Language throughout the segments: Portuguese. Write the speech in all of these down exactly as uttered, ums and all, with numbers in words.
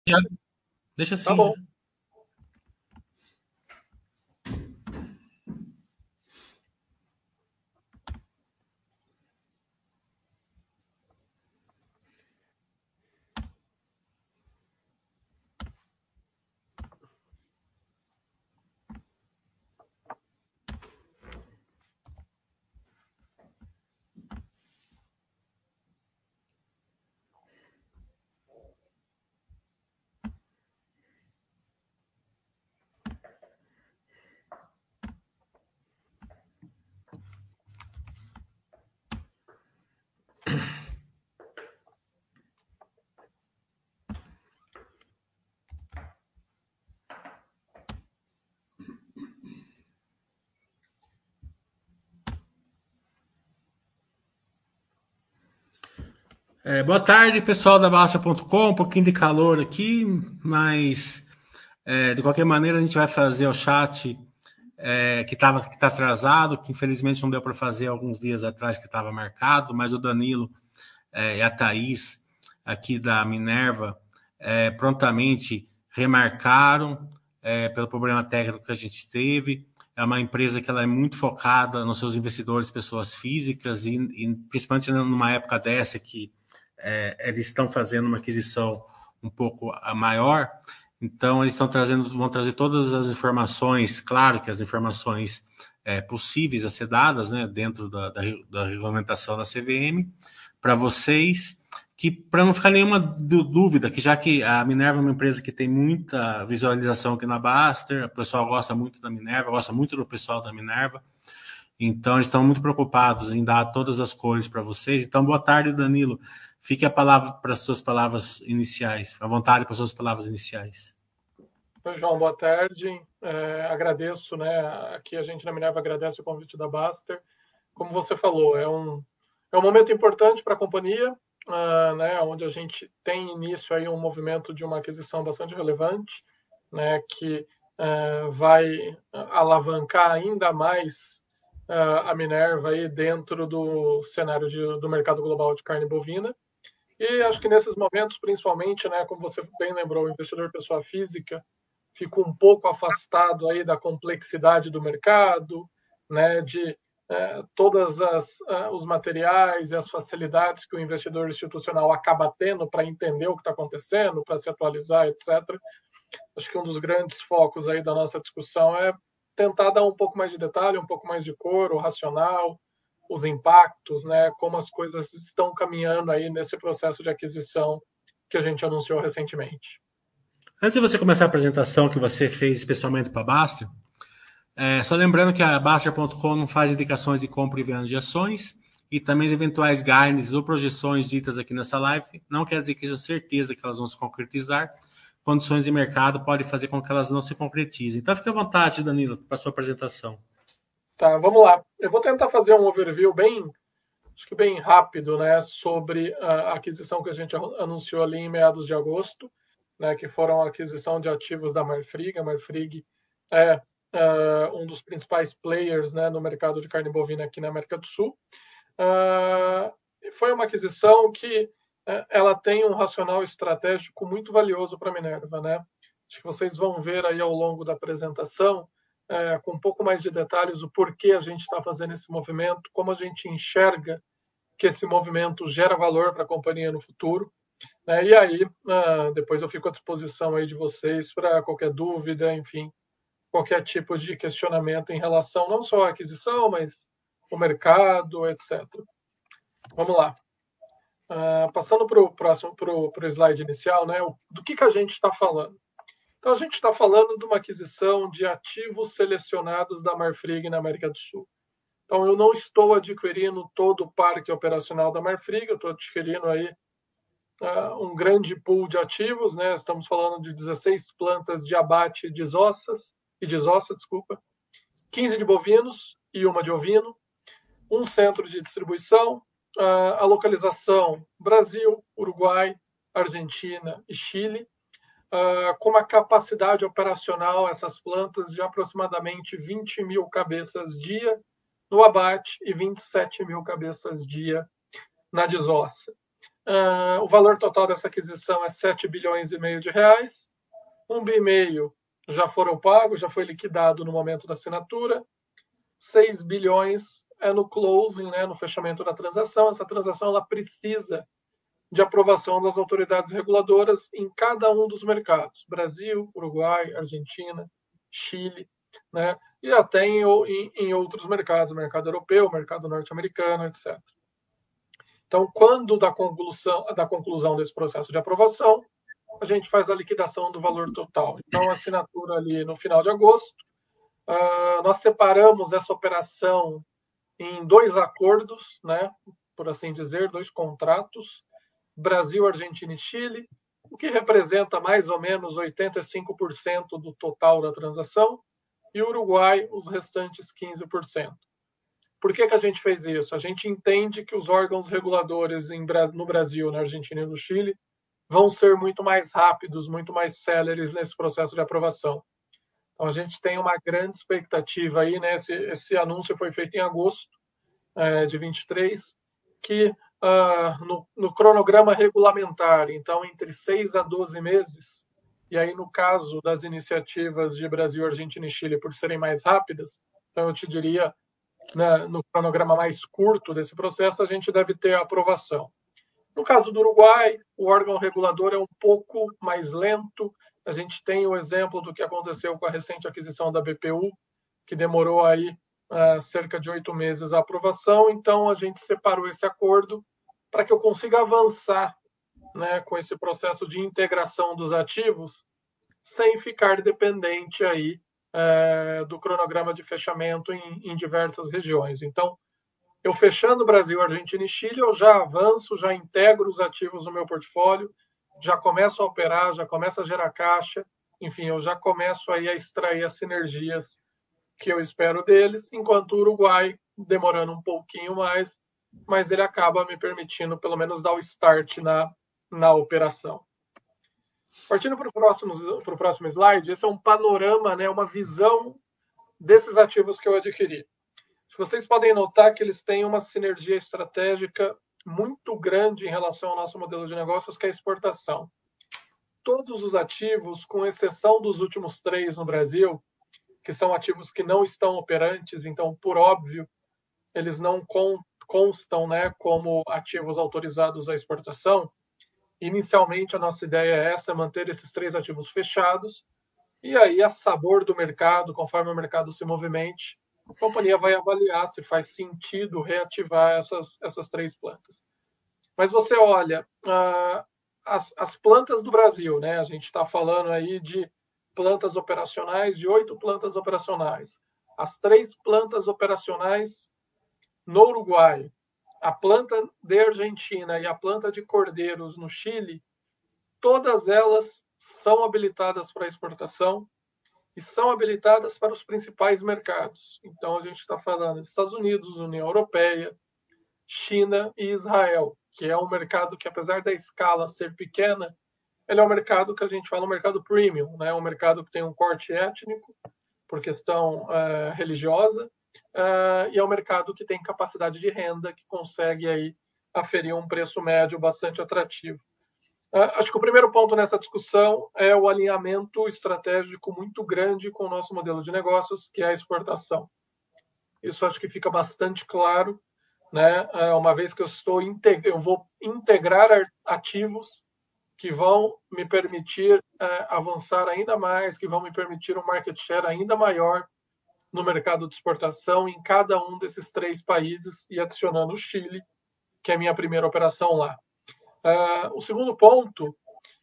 Já, deixa Tá assim já. bom. É, boa tarde, pessoal da Basta ponto com. Um pouquinho de calor aqui, mas é, de qualquer maneira a gente vai fazer o chat é, que estava que tá atrasado, que infelizmente não deu para fazer alguns dias atrás que estava marcado, mas o Danilo é, e a Thaís aqui da Minerva é, prontamente remarcaram é, pelo problema técnico que a gente teve. É uma empresa que ela é muito focada nos seus investidores, pessoas físicas, e, e principalmente numa época dessa que é, eles estão fazendo uma aquisição um pouco maior, então eles estão trazendo, vão trazer todas as informações, claro que as informações é, possíveis a ser dadas, né, dentro da, da, da regulamentação da C V M, para vocês, que para não ficar nenhuma dúvida, que já que a Minerva é uma empresa que tem muita visualização aqui na Baster, o pessoal gosta muito da Minerva, gosta muito do pessoal da Minerva, então eles estão muito preocupados em dar todas as cores para vocês. Então, boa tarde, Danilo. Fique a palavra para as suas palavras iniciais, à vontade para as suas palavras iniciais. Oi, João, boa tarde. É, agradeço, né? Aqui a gente na Minerva agradece o convite da Baster. Como você falou, é um, é um momento importante para a companhia, uh, né? Onde a gente tem início aí um movimento de uma aquisição bastante relevante, né? Que uh, vai alavancar ainda mais uh, a Minerva aí dentro do cenário de, do mercado global de carne bovina. E acho que nesses momentos, principalmente, né, como você bem lembrou, o investidor pessoa física fica um pouco afastado aí da complexidade do mercado, né, de é, todas as uh, os materiais e as facilidades que o investidor institucional acaba tendo para entender o que está acontecendo, para se atualizar, etcétera. Acho que um dos grandes focos aí da nossa discussão é tentar dar um pouco mais de detalhe, um pouco mais de cor, o racional, os impactos, né, como as coisas estão caminhando aí nesse processo de aquisição que a gente anunciou recentemente. Antes de você começar a apresentação que você fez especialmente para a Baster, é, só lembrando que a Baster ponto com não faz indicações de compra e venda de ações e também as eventuais guidance ou projeções ditas aqui nessa live não quer dizer que seja certeza que elas vão se concretizar. Condições de mercado podem fazer com que elas não se concretizem. Então fique à vontade, Danilo, para a sua apresentação. Tá, vamos lá. Eu vou tentar fazer um overview bem, acho que bem rápido, né, sobre a aquisição que a gente anunciou ali em meados de agosto, né, que foram a aquisição de ativos da Marfrig. A Marfrig é uh, um dos principais players, né, no mercado de carne bovina aqui na América do Sul. Uh, foi uma aquisição que uh, ela tem um racional estratégico muito valioso para a Minerva, né? Acho que vocês vão ver aí ao longo da apresentação, uh, com um pouco mais de detalhes, o porquê a gente está fazendo esse movimento, como a gente enxerga que esse movimento gera valor para a companhia no futuro. Né? E aí, uh, depois eu fico à disposição aí de vocês para qualquer dúvida, enfim, qualquer tipo de questionamento em relação não só à aquisição, mas o mercado, etcétera. Vamos lá. Uh, passando para o próximo, para o slide inicial, né? Do que, que a gente está falando? Então, a gente está falando de uma aquisição de ativos selecionados da Marfrig na América do Sul. Então, eu não estou adquirindo todo o parque operacional da Marfrig, eu estou adquirindo aí uh, um grande pool de ativos, né? Estamos falando de dezesseis plantas de abate de desossas, e desossa, desculpa, quinze de bovinos e uma de ovino, um centro de distribuição, uh, a localização Brasil, Uruguai, Argentina e Chile, uh, com uma capacidade operacional, essas plantas, de aproximadamente vinte mil cabeças dia no abate e vinte e sete mil cabeças dia na desossa. Uh, o valor total dessa aquisição é sete bilhões e meio de reais. um bi e meio já foram pagos, já foi liquidado no momento da assinatura. seis bilhões é no closing, né, no fechamento da transação. Essa transação ela precisa de aprovação das autoridades reguladoras em cada um dos mercados: Brasil, Uruguai, Argentina, Chile, né, e até em, em, em outros mercados, mercado europeu, mercado norte-americano, etcétera. Então, quando da conclusão, da conclusão desse processo de aprovação, a gente faz a liquidação do valor total. Então, a assinatura ali no final de agosto, uh, nós separamos essa operação em dois acordos, né, por assim dizer, dois contratos, Brasil, Argentina e Chile, o que representa mais ou menos oitenta e cinco por cento do total da transação, e Uruguai, os restantes quinze por cento. Por que, que a gente fez isso? A gente entende que os órgãos reguladores em, no Brasil, na Argentina e no Chile vão ser muito mais rápidos, muito mais céleres nesse processo de aprovação. Então, a gente tem uma grande expectativa aí, né? Esse, esse anúncio foi feito em agosto é, de vinte e três, que uh, no, no cronograma regulamentar, então, entre seis a doze meses, e aí no caso das iniciativas de Brasil, Argentina e Chile, por serem mais rápidas, então eu te diria, né, no cronograma mais curto desse processo, a gente deve ter a aprovação. No caso do Uruguai, o órgão regulador é um pouco mais lento. A gente tem o exemplo do que aconteceu com a recente aquisição da B P U, que demorou aí uh, cerca de oito meses a aprovação. Então, a gente separou esse acordo para que eu consiga avançar, né, com esse processo de integração dos ativos, sem ficar dependente aí uh, do cronograma de fechamento em, em diversas regiões. Então, eu fechando Brasil, Argentina e Chile, eu já avanço, já integro os ativos no meu portfólio, já começo a operar, já começo a gerar caixa, enfim, eu já começo aí a extrair as sinergias que eu espero deles, enquanto o Uruguai, demorando um pouquinho mais, mas ele acaba me permitindo pelo menos dar o start na, na operação. Partindo para o próximo, para o próximo slide, esse é um panorama, né, uma visão desses ativos que eu adquiri. Vocês podem notar que eles têm uma sinergia estratégica muito grande em relação ao nosso modelo de negócios, que é a exportação. Todos os ativos, com exceção dos últimos três no Brasil, que são ativos que não estão operantes, então, por óbvio, eles não constam, né, como ativos autorizados à exportação. Inicialmente, a nossa ideia é essa, manter esses três ativos fechados, e aí, a sabor do mercado, conforme o mercado se movimente, a companhia vai avaliar se faz sentido reativar essas, essas três plantas. Mas você olha, uh, as, as plantas do Brasil, né? A gente está falando aí de plantas operacionais, de oito plantas operacionais. As três plantas operacionais no Uruguai, a planta de Argentina e a planta de Cordeiros no Chile, todas elas são habilitadas para exportação e são habilitadas para os principais mercados. Então, a gente está falando dos Estados Unidos, União Europeia, China e Israel, que é um mercado que, apesar da escala ser pequena, ele é um mercado que a gente fala um mercado premium, né? Um mercado que tem um corte étnico por questão uh, religiosa, uh, e é um mercado que tem capacidade de renda, que consegue aí aferir um preço médio bastante atrativo. Uh, acho que o primeiro ponto nessa discussão é o alinhamento estratégico muito grande com o nosso modelo de negócios, que é a exportação. Isso acho que fica bastante claro, né? Uh, uma vez que eu estou eu vou integrar ativos que vão me permitir uh, avançar ainda mais, que vão me permitir um market share ainda maior no mercado de exportação em cada um desses três países, e adicionando o Chile, que é a minha primeira operação lá. Uh, o segundo ponto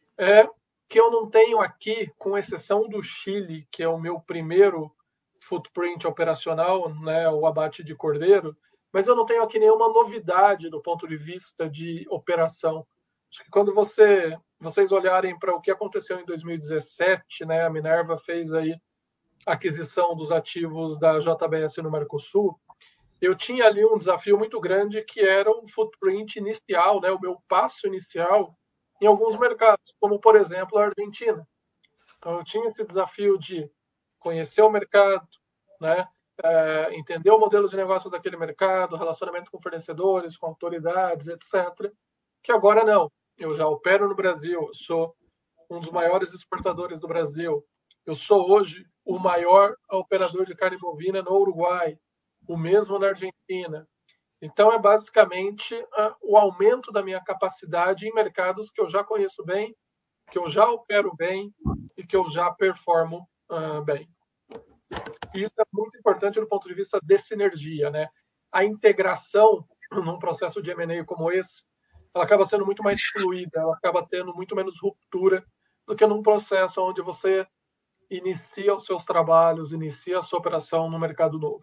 é que eu não tenho aqui, com exceção do Chile, que é o meu primeiro footprint operacional, né, o abate de cordeiro, mas eu não tenho aqui nenhuma novidade do ponto de vista de operação. Acho que quando você, vocês olharem para o que aconteceu em dois mil e dezessete, né, a Minerva fez aí a aquisição dos ativos da J B S no Mercosul, eu tinha ali um desafio muito grande, que era um footprint inicial, né, o meu passo inicial em alguns mercados, como, por exemplo, a Argentina. Então, eu tinha esse desafio de conhecer o mercado, né, é, entender o modelo de negócios daquele mercado, relacionamento com fornecedores, com autoridades, etcétera, que agora não. Eu já opero no Brasil, eu sou um dos maiores exportadores do Brasil. Eu sou hoje o maior operador de carne bovina no Uruguai, o mesmo na Argentina. Então, é basicamente uh, o aumento da minha capacidade em mercados que eu já conheço bem, que eu já opero bem e que eu já performo uh, bem. E isso é muito importante do ponto de vista de sinergia, né? A integração num processo de M and A como esse, ela acaba sendo muito mais fluida, ela acaba tendo muito menos ruptura do que num processo onde você inicia os seus trabalhos, inicia a sua operação no mercado novo.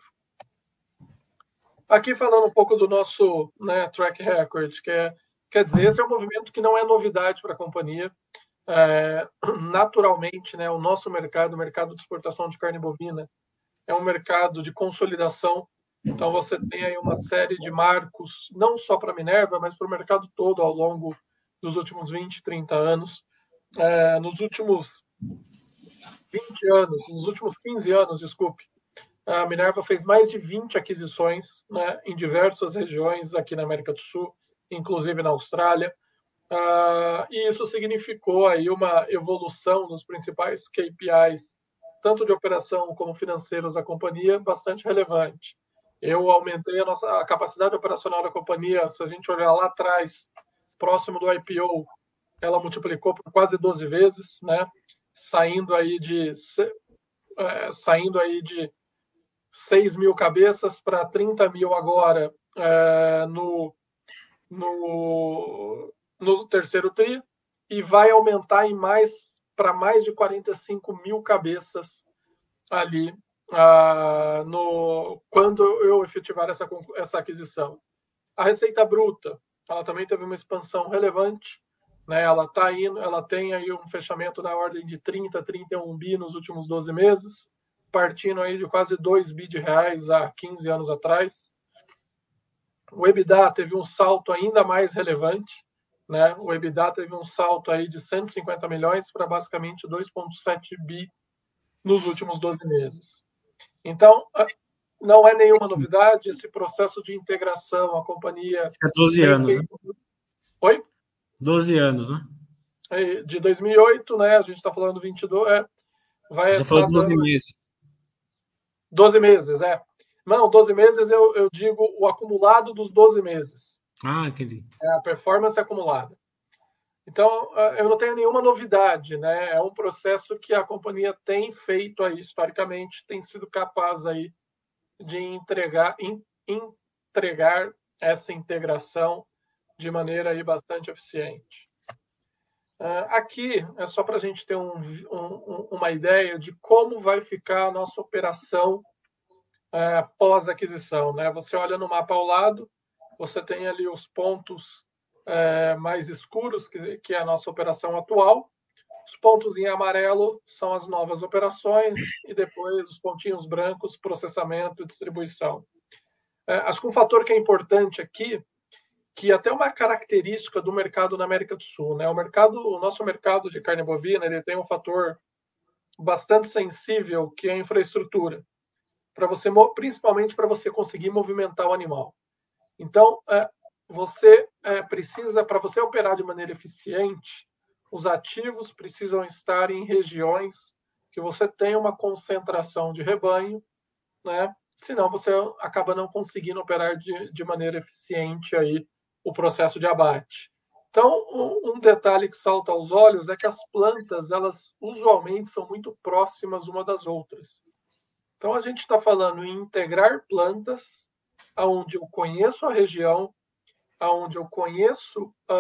Aqui falando um pouco do nosso, né, track record, que é, quer dizer, esse é um movimento que não é novidade para a companhia. É, naturalmente, né, o nosso mercado, o mercado de exportação de carne bovina, é um mercado de consolidação. Então, você tem aí uma série de marcos, não só para a Minerva, mas para o mercado todo ao longo dos últimos vinte, trinta anos. É, nos últimos vinte anos, nos últimos quinze anos, desculpe, a Minerva fez mais de vinte aquisições, né, em diversas regiões aqui na América do Sul, inclusive na Austrália. Uh, e isso significou aí uma evolução nos principais K P Is, tanto de operação como financeiros da companhia, bastante relevante. Eu aumentei a nossa a capacidade operacional da companhia, se a gente olhar lá atrás, próximo do I P O, ela multiplicou por quase doze vezes, né? Saindo aí de é, saindo aí de seis mil cabeças para trinta mil agora é, no, no, no terceiro tri, e vai aumentar em mais para mais de quarenta e cinco mil cabeças ali ah, no, quando eu efetivar essa, essa aquisição. A receita bruta, ela também teve uma expansão relevante, né? Ela tá indo, ela tem aí um fechamento na ordem de trinta, trinta e um bi nos últimos doze meses, partindo aí de quase dois bi de reais há quinze anos atrás. O EBITDA teve um salto ainda mais relevante, né? O EBITDA teve um salto aí de cento e cinquenta milhões para basicamente dois vírgula sete bi nos últimos doze meses. Então, não é nenhuma novidade esse processo de integração, a companhia é doze anos, feito... né? Oi? doze anos, né? De dois mil e oito, né? A gente está falando vinte e dois, é, vai Você falou doze dando... meses. doze meses, é. Não, doze meses eu, eu digo o acumulado dos doze meses. Ah, entendi. É a performance acumulada. Então, eu não tenho nenhuma novidade, né? É um processo que a companhia tem feito aí historicamente, tem sido capaz aí de entregar, in, entregar essa integração de maneira aí bastante eficiente. Uh, aqui é só para a gente ter um, um, uma ideia de como vai ficar a nossa operação uh, pós-aquisição, né? Você olha no mapa ao lado, você tem ali os pontos uh, mais escuros, que, que é a nossa operação atual. Os pontos em amarelo são as novas operações e depois os pontinhos brancos, processamento e distribuição. Uh, acho que um fator que é importante aqui, que até uma característica do mercado na América do Sul, né? O mercado, o nosso mercado de carne bovina, ele tem um fator bastante sensível, que é a infraestrutura, para você, principalmente para você conseguir movimentar o animal. Então, você precisa, para você operar de maneira eficiente, os ativos precisam estar em regiões que você tem uma concentração de rebanho, né? Senão você acaba não conseguindo operar de, de maneira eficiente aí o processo de abate. Então, um detalhe que salta aos olhos é que as plantas, elas usualmente são muito próximas uma das outras. Então, a gente está falando em integrar plantas onde eu conheço a região, onde eu conheço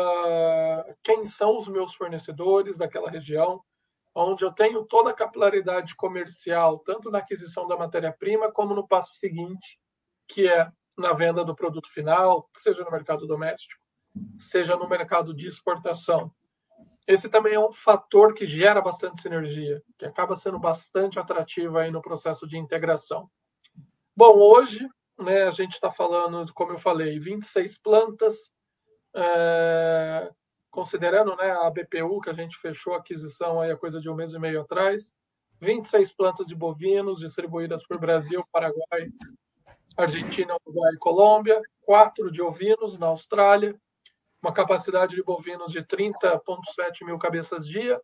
uh, quem são os meus fornecedores daquela região, onde eu tenho toda a capilaridade comercial, tanto na aquisição da matéria-prima, como no passo seguinte, que é na venda do produto final, seja no mercado doméstico, seja no mercado de exportação. Esse também é um fator que gera bastante sinergia, que acaba sendo bastante atrativo aí no processo de integração. Bom, hoje, né, a gente está falando, como eu falei, vinte e seis plantas, é, considerando, né, a B P U, que a gente fechou a aquisição aí a coisa de um mês e meio atrás, vinte e seis plantas de bovinos distribuídas por Brasil, Paraguai, Argentina, Uruguai e Colômbia, quatro de ovinos na Austrália, uma capacidade de bovinos de trinta vírgula sete mil cabeças dia,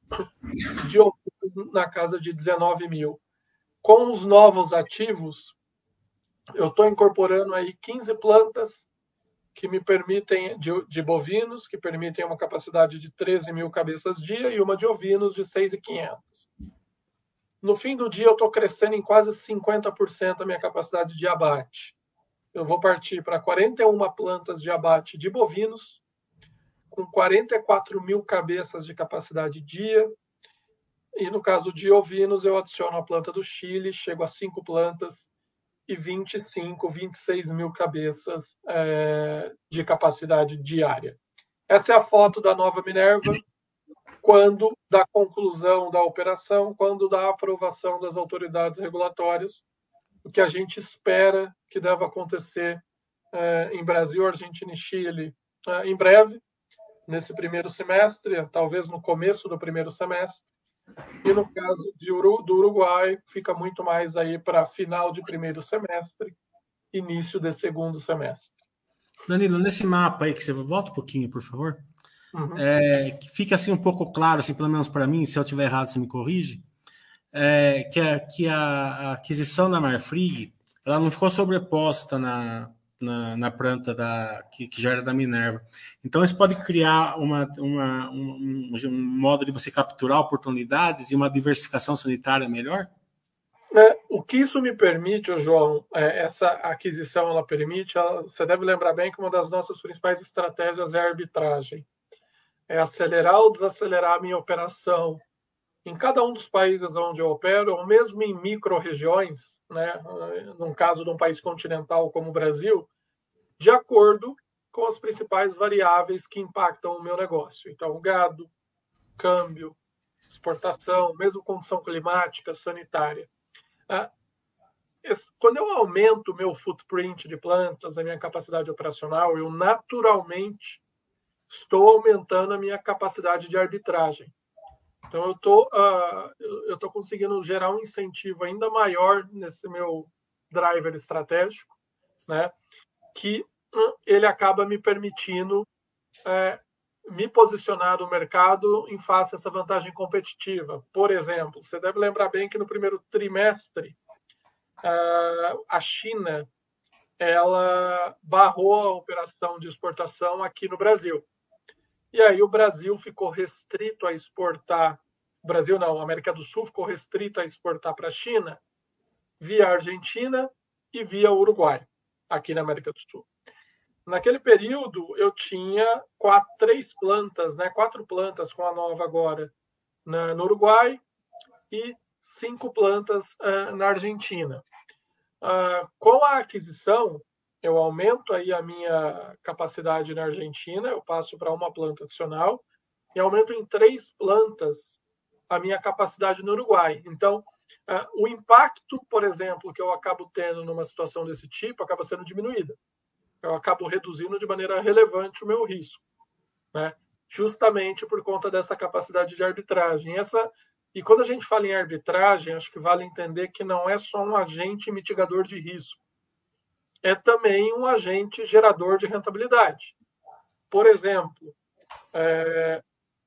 de ovinos na casa de dezenove mil. Com os novos ativos, eu estou incorporando aí quinze plantas que me permitem, de, de bovinos, que permitem uma capacidade de treze mil cabeças dia e uma de ovinos de seis mil e quinhentos. No fim do dia, eu estou crescendo em quase cinquenta por cento a minha capacidade de abate. Eu vou partir para quarenta e uma plantas de abate de bovinos, com quarenta e quatro mil cabeças de capacidade dia. E no caso de ovinos, eu adiciono a planta do Chile, chego a cinco plantas e vinte e cinco, vinte e seis mil cabeças é, de capacidade diária. Essa é a foto da nova Minerva, quando da conclusão da operação, quando da aprovação das autoridades regulatórias, o que a gente espera que deva acontecer é, em Brasil, Argentina e Chile é, em breve, nesse primeiro semestre, talvez no começo do primeiro semestre. E no caso de Uru, do Uruguai, fica muito mais aí para final de primeiro semestre, início de segundo semestre. Danilo, nesse mapa aí que você volta um pouquinho, por favor, Uhum. é, que fica assim um pouco claro, assim, pelo menos para mim, se eu estiver errado, você me corrige, é, que, a, que a, a aquisição da Marfrig, ela não ficou sobreposta na, na, na planta da, que, que já era da Minerva. Então, isso pode criar uma, uma, um, um modo de você capturar oportunidades e uma diversificação sanitária melhor? É, o que isso me permite, João, é, essa aquisição ela permite, ela, você deve lembrar bem que uma das nossas principais estratégias é a arbitragem. É acelerar ou desacelerar a minha operação em cada um dos países onde eu opero, ou mesmo em micro-regiões, né, num caso de um país continental como o Brasil, de acordo com as principais variáveis que impactam o meu negócio. Então, gado, câmbio, exportação, mesmo condição climática, sanitária. Quando eu aumento o meu footprint de plantas, a minha capacidade operacional, eu naturalmente estou aumentando a minha capacidade de arbitragem. Então, eu estou uh, eu tô conseguindo gerar um incentivo ainda maior nesse meu driver estratégico, né? Que uh, ele acaba me permitindo uh, me posicionar no mercado em face a essa vantagem competitiva. Por exemplo, você deve lembrar bem que no primeiro trimestre, uh, a China ela barrou a operação de exportação aqui no Brasil. E aí o Brasil ficou restrito a exportar, o Brasil não, a América do Sul ficou restrito a exportar para a China via Argentina e via Uruguai, aqui na América do Sul. Naquele período, eu tinha quatro, três plantas, né, quatro plantas com a nova agora na, no Uruguai e cinco plantas uh, na Argentina. Uh, com a aquisição, eu aumento aí a minha capacidade na Argentina, eu passo para uma planta adicional e aumento em três plantas a minha capacidade no Uruguai. Então, uh, o impacto, por exemplo, que eu acabo tendo numa situação desse tipo, acaba sendo diminuído. Eu acabo reduzindo de maneira relevante o meu risco, né? Justamente por conta dessa capacidade de arbitragem. Essa, e quando a gente fala em arbitragem, acho que vale entender que não é só um agente mitigador de risco, é também um agente gerador de rentabilidade. Por exemplo, é,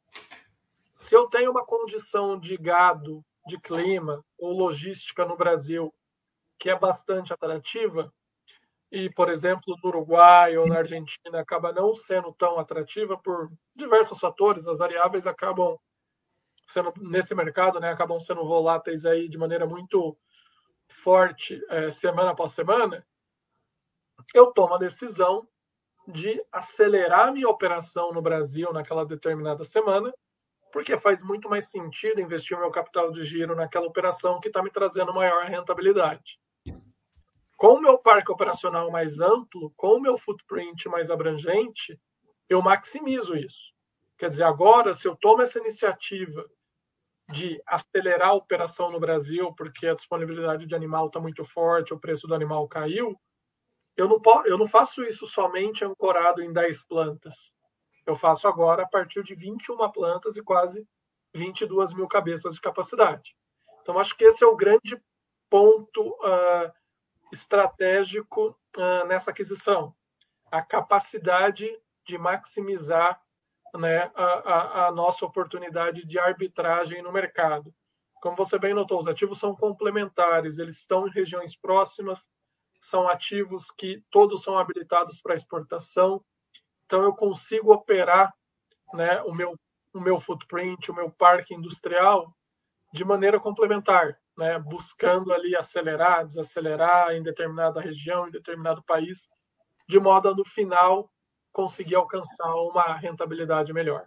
se eu tenho uma condição de gado, de clima ou logística no Brasil que é bastante atrativa, e, por exemplo, no Uruguai ou na Argentina acaba não sendo tão atrativa por diversos fatores, as variáveis acabam sendo, nesse mercado, né, acabam sendo voláteis aí de maneira muito forte, é, semana após semana, eu tomo a decisão de acelerar minha operação no Brasil naquela determinada semana, porque faz muito mais sentido investir o meu capital de giro naquela operação que está me trazendo maior rentabilidade. Com o meu parque operacional mais amplo, com o meu footprint mais abrangente, eu maximizo isso. Quer dizer, agora, se eu tomo essa iniciativa de acelerar a operação no Brasil, porque a disponibilidade de animal está muito forte, o preço do animal caiu, eu não, posso, eu não faço isso somente ancorado em dez plantas. Eu faço agora a partir de vinte e uma plantas e quase vinte e duas mil cabeças de capacidade. Então, acho que esse é o grande ponto uh, estratégico uh, nessa aquisição. A capacidade de maximizar, né, a, a, a nossa oportunidade de arbitragem no mercado. Como você bem notou, os ativos são complementares, eles estão em regiões próximas, são ativos que todos são habilitados para exportação, então eu consigo operar, né, o meu, o meu footprint, o meu parque industrial de maneira complementar, né, buscando ali acelerar, desacelerar em determinada região, em determinado país, de modo a, no final, conseguir alcançar uma rentabilidade melhor.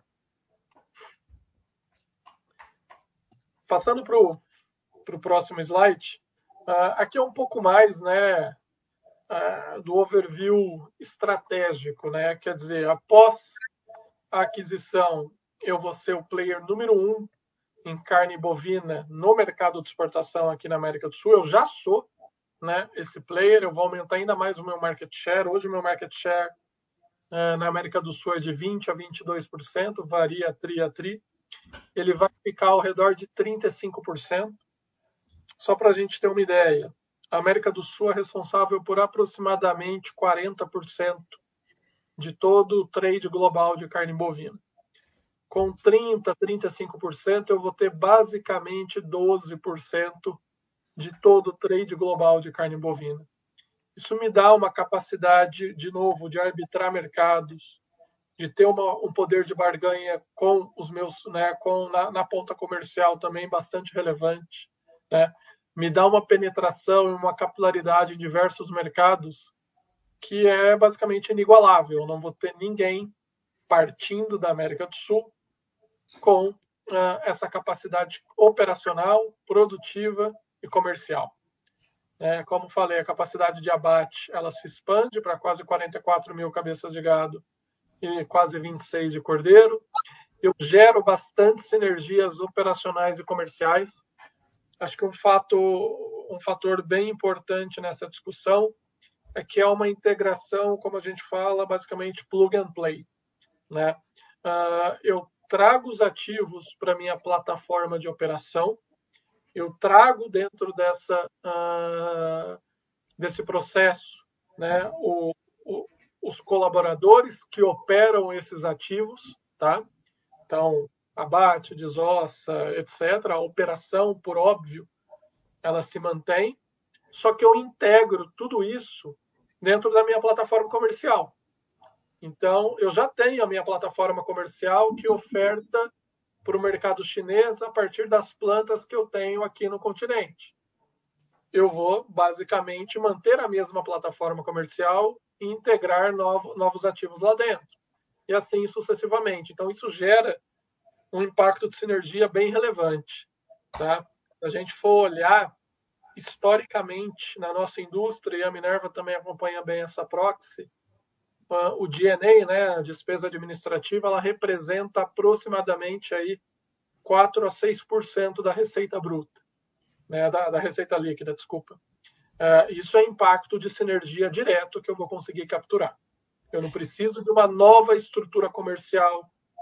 Passando para o próximo slide, uh, aqui é um pouco mais, né, uh, do overview estratégico, né? Quer dizer, após a aquisição, eu vou ser o player número um em carne bovina no mercado de exportação aqui na América do Sul. Eu já sou, né, esse player, eu vou aumentar ainda mais o meu market share. Hoje o meu market share uh, na América do Sul é de vinte a vinte e dois por cento, varia tri a tri. Ele vai ficar ao redor de trinta e cinco por cento. Só para a gente ter uma ideia, a América do Sul é responsável por aproximadamente quarenta por cento de todo o trade global de carne bovina. Com trinta, trinta e cinco por cento, eu vou ter basicamente doze por cento de todo o trade global de carne bovina. Isso me dá uma capacidade, de novo, de arbitrar mercados, de ter uma, um poder de barganha com os meus, né, com na, na ponta comercial também bastante relevante, né? Me dá uma penetração e uma capilaridade em diversos mercados que é basicamente inigualável. Eu não vou ter ninguém partindo da América do Sul com uh, essa capacidade operacional, produtiva e comercial. É, como falei, a capacidade de abate ela se expande para quase quarenta e quatro mil cabeças de gado e quase vinte e seis de cordeiro. Eu gero bastante sinergias operacionais e comerciais. Acho que um fato, um fator bem importante nessa discussão é que é uma integração, como a gente fala, basicamente plug and play, né? Uh, eu trago os ativos para minha plataforma de operação, eu trago dentro dessa, uh, desse processo, né, o, o, os colaboradores que operam esses ativos, tá? Então, abate, desossa, etcétera. A operação, por óbvio, ela se mantém, só que eu integro tudo isso dentro da minha plataforma comercial. Então, eu já tenho a minha plataforma comercial que oferta para o mercado chinês a partir das plantas que eu tenho aqui no continente. Eu vou, basicamente, manter a mesma plataforma comercial e integrar novo, novos ativos lá dentro. E assim sucessivamente. Então, isso gera um impacto de sinergia bem relevante. Tá? Se a gente for olhar historicamente na nossa indústria, e a Minerva também acompanha bem essa proxy, o G N A, né, a despesa administrativa, ela representa aproximadamente aí quatro a seis por cento da receita bruta, né, da, da receita líquida, desculpa. Uh, isso é impacto de sinergia direto que eu vou conseguir capturar. Eu não preciso de uma nova estrutura comercial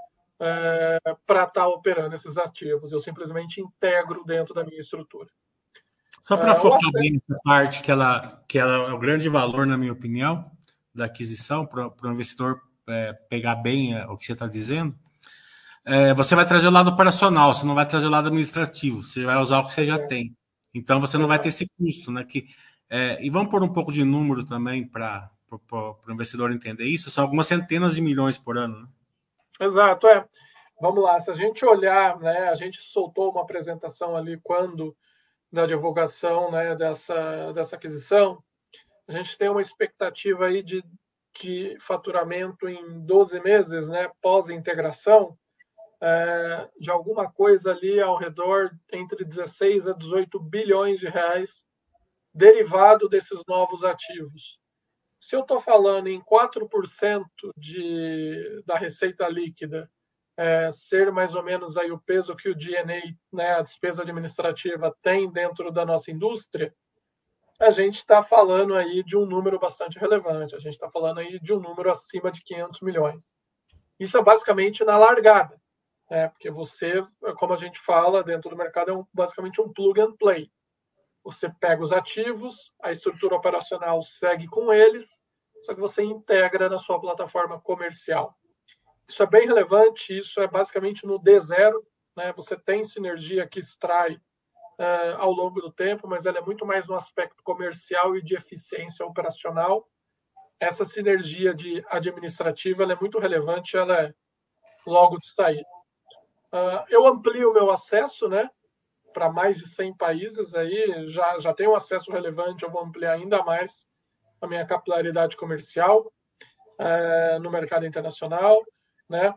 uh, para estar tá operando esses ativos. Eu simplesmente integro dentro da minha estrutura. Só para uh, focar bem nessa parte que ela, que ela é o grande valor, na minha opinião, da aquisição, para o investidor é, pegar bem é, o que você está dizendo, é, você vai trazer o lado operacional, você não vai trazer o lado administrativo, você vai usar o que você já é. tem. Então você não Exato. vai ter esse custo, né? Que, é, e vamos pôr um pouco de número também para o investidor entender isso, são algumas centenas de milhões por ano. Né? Exato, é. Vamos lá, se a gente olhar, né, a gente soltou uma apresentação ali quando da divulgação, né, dessa, dessa aquisição, a gente tem uma expectativa aí de, de faturamento em doze meses, né, pós-integração, é, de alguma coisa ali ao redor entre dezesseis a dezoito bilhões de reais derivado desses novos ativos. Se eu estou falando em quatro por cento de, da receita líquida é, ser mais ou menos aí o peso que o G N A, né, a despesa administrativa, tem dentro da nossa indústria, a gente está falando aí de um número bastante relevante. A gente está falando aí de um número acima de quinhentos milhões. Isso é basicamente na largada, né? Porque você, como a gente fala dentro do mercado, é um, basicamente um plug and play. Você pega os ativos, a estrutura operacional segue com eles, só que você integra na sua plataforma comercial. Isso é bem relevante, isso é basicamente no D zero, né? Você tem sinergia que extrai uh, ao longo do tempo, mas ela é muito mais no aspecto comercial e de eficiência operacional. Essa sinergia de administrativa ela é muito relevante, ela é logo de sair. Uh, eu amplio o meu acesso, né, para mais de cem países, aí já, já tenho um acesso relevante, eu vou ampliar ainda mais a minha capilaridade comercial uh, no mercado internacional, né?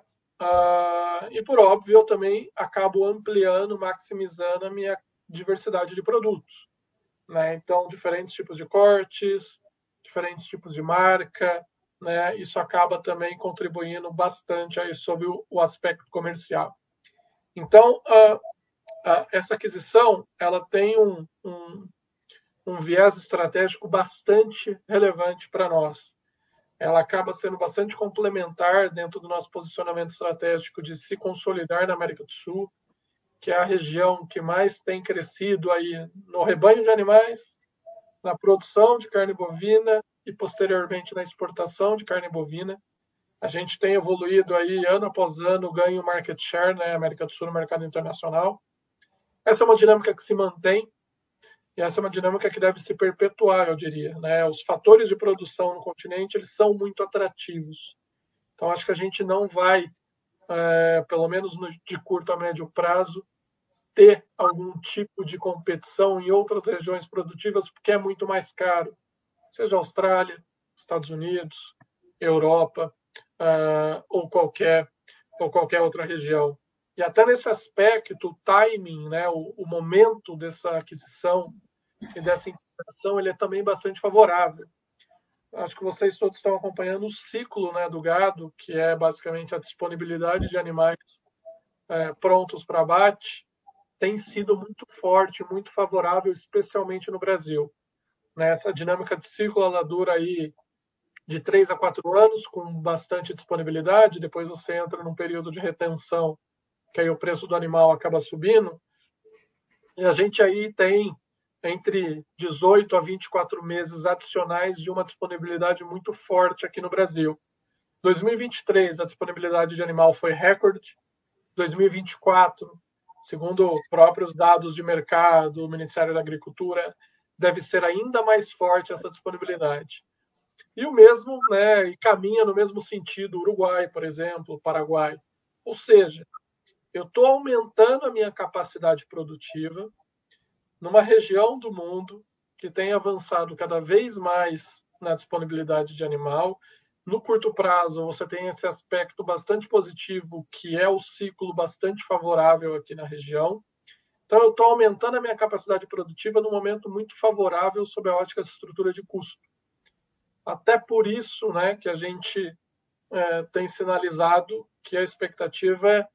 Uh, e por óbvio, eu também acabo ampliando, maximizando a minha diversidade de produtos, né? Então, diferentes tipos de cortes, diferentes tipos de marca, né? Isso acaba também contribuindo bastante aí sobre o, o aspecto comercial. Então, uh, uh, essa aquisição ela tem um, um, um viés estratégico bastante relevante para nós. Ela acaba sendo bastante complementar dentro do nosso posicionamento estratégico de se consolidar na América do Sul, que é a região que mais tem crescido aí no rebanho de animais, na produção de carne bovina e posteriormente na exportação de carne bovina. A gente tem evoluído aí ano após ano, ganho market share na, né, América do Sul no mercado internacional. Essa é uma dinâmica que se mantém e essa é uma dinâmica que deve se perpetuar, eu diria, né? Os fatores de produção no continente eles são muito atrativos. Então acho que a gente não vai, é, pelo menos no, de curto a médio prazo, ter algum tipo de competição em outras regiões produtivas porque é muito mais caro, seja Austrália, Estados Unidos, Europa uh, ou qualquer ou qualquer outra região. E até nesse aspecto, o timing, né, o, o momento dessa aquisição e dessa integração, ele é também bastante favorável. Acho que vocês todos estão acompanhando o ciclo, né, do gado, que é basicamente a disponibilidade de animais é, prontos para abate, tem sido muito forte, muito favorável, especialmente no Brasil. Nessa dinâmica de ciclo, ela dura aí de três a quatro anos, com bastante disponibilidade, depois você entra num período de retenção, que aí o preço do animal acaba subindo, e a gente aí tem entre dezoito a vinte e quatro meses adicionais de uma disponibilidade muito forte aqui no Brasil. dois mil e vinte e três, a disponibilidade de animal foi recorde. dois mil e vinte e quatro, segundo próprios dados de mercado do Ministério da Agricultura, deve ser ainda mais forte essa disponibilidade. E o mesmo, né, e caminha no mesmo sentido, Uruguai, por exemplo, Paraguai. Ou seja, eu estou aumentando a minha capacidade produtiva numa região do mundo que tem avançado cada vez mais na disponibilidade de animal. No curto prazo, você tem esse aspecto bastante positivo, que é o ciclo bastante favorável aqui na região. Então, eu estou aumentando a minha capacidade produtiva num momento muito favorável sob a ótica de estrutura de custo. Até por isso, né, que a gente é, tem sinalizado que a expectativa é,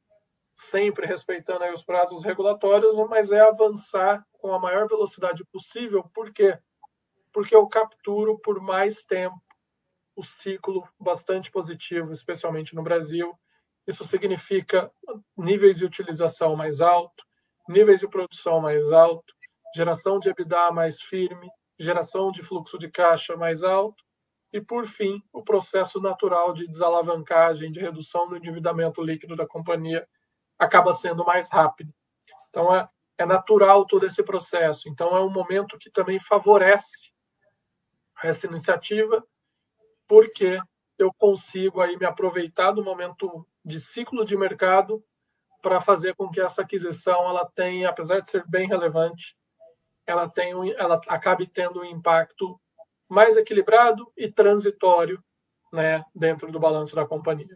sempre respeitando aí os prazos regulatórios, mas é avançar com a maior velocidade possível. Por quê? Porque eu capturo por mais tempo o ciclo bastante positivo, especialmente no Brasil. Isso significa níveis de utilização mais alto, níveis de produção mais alto, geração de EBITDA mais firme, geração de fluxo de caixa mais alto e, por fim, o processo natural de desalavancagem, de redução do endividamento líquido da companhia acaba sendo mais rápido. Então, é, é natural todo esse processo. Então, é um momento que também favorece essa iniciativa, porque eu consigo aí me aproveitar do momento de ciclo de mercado para fazer com que essa aquisição ela tenha, apesar de ser bem relevante, ela tenha, ela acabe tendo um impacto mais equilibrado e transitório, né, dentro do balanço da companhia.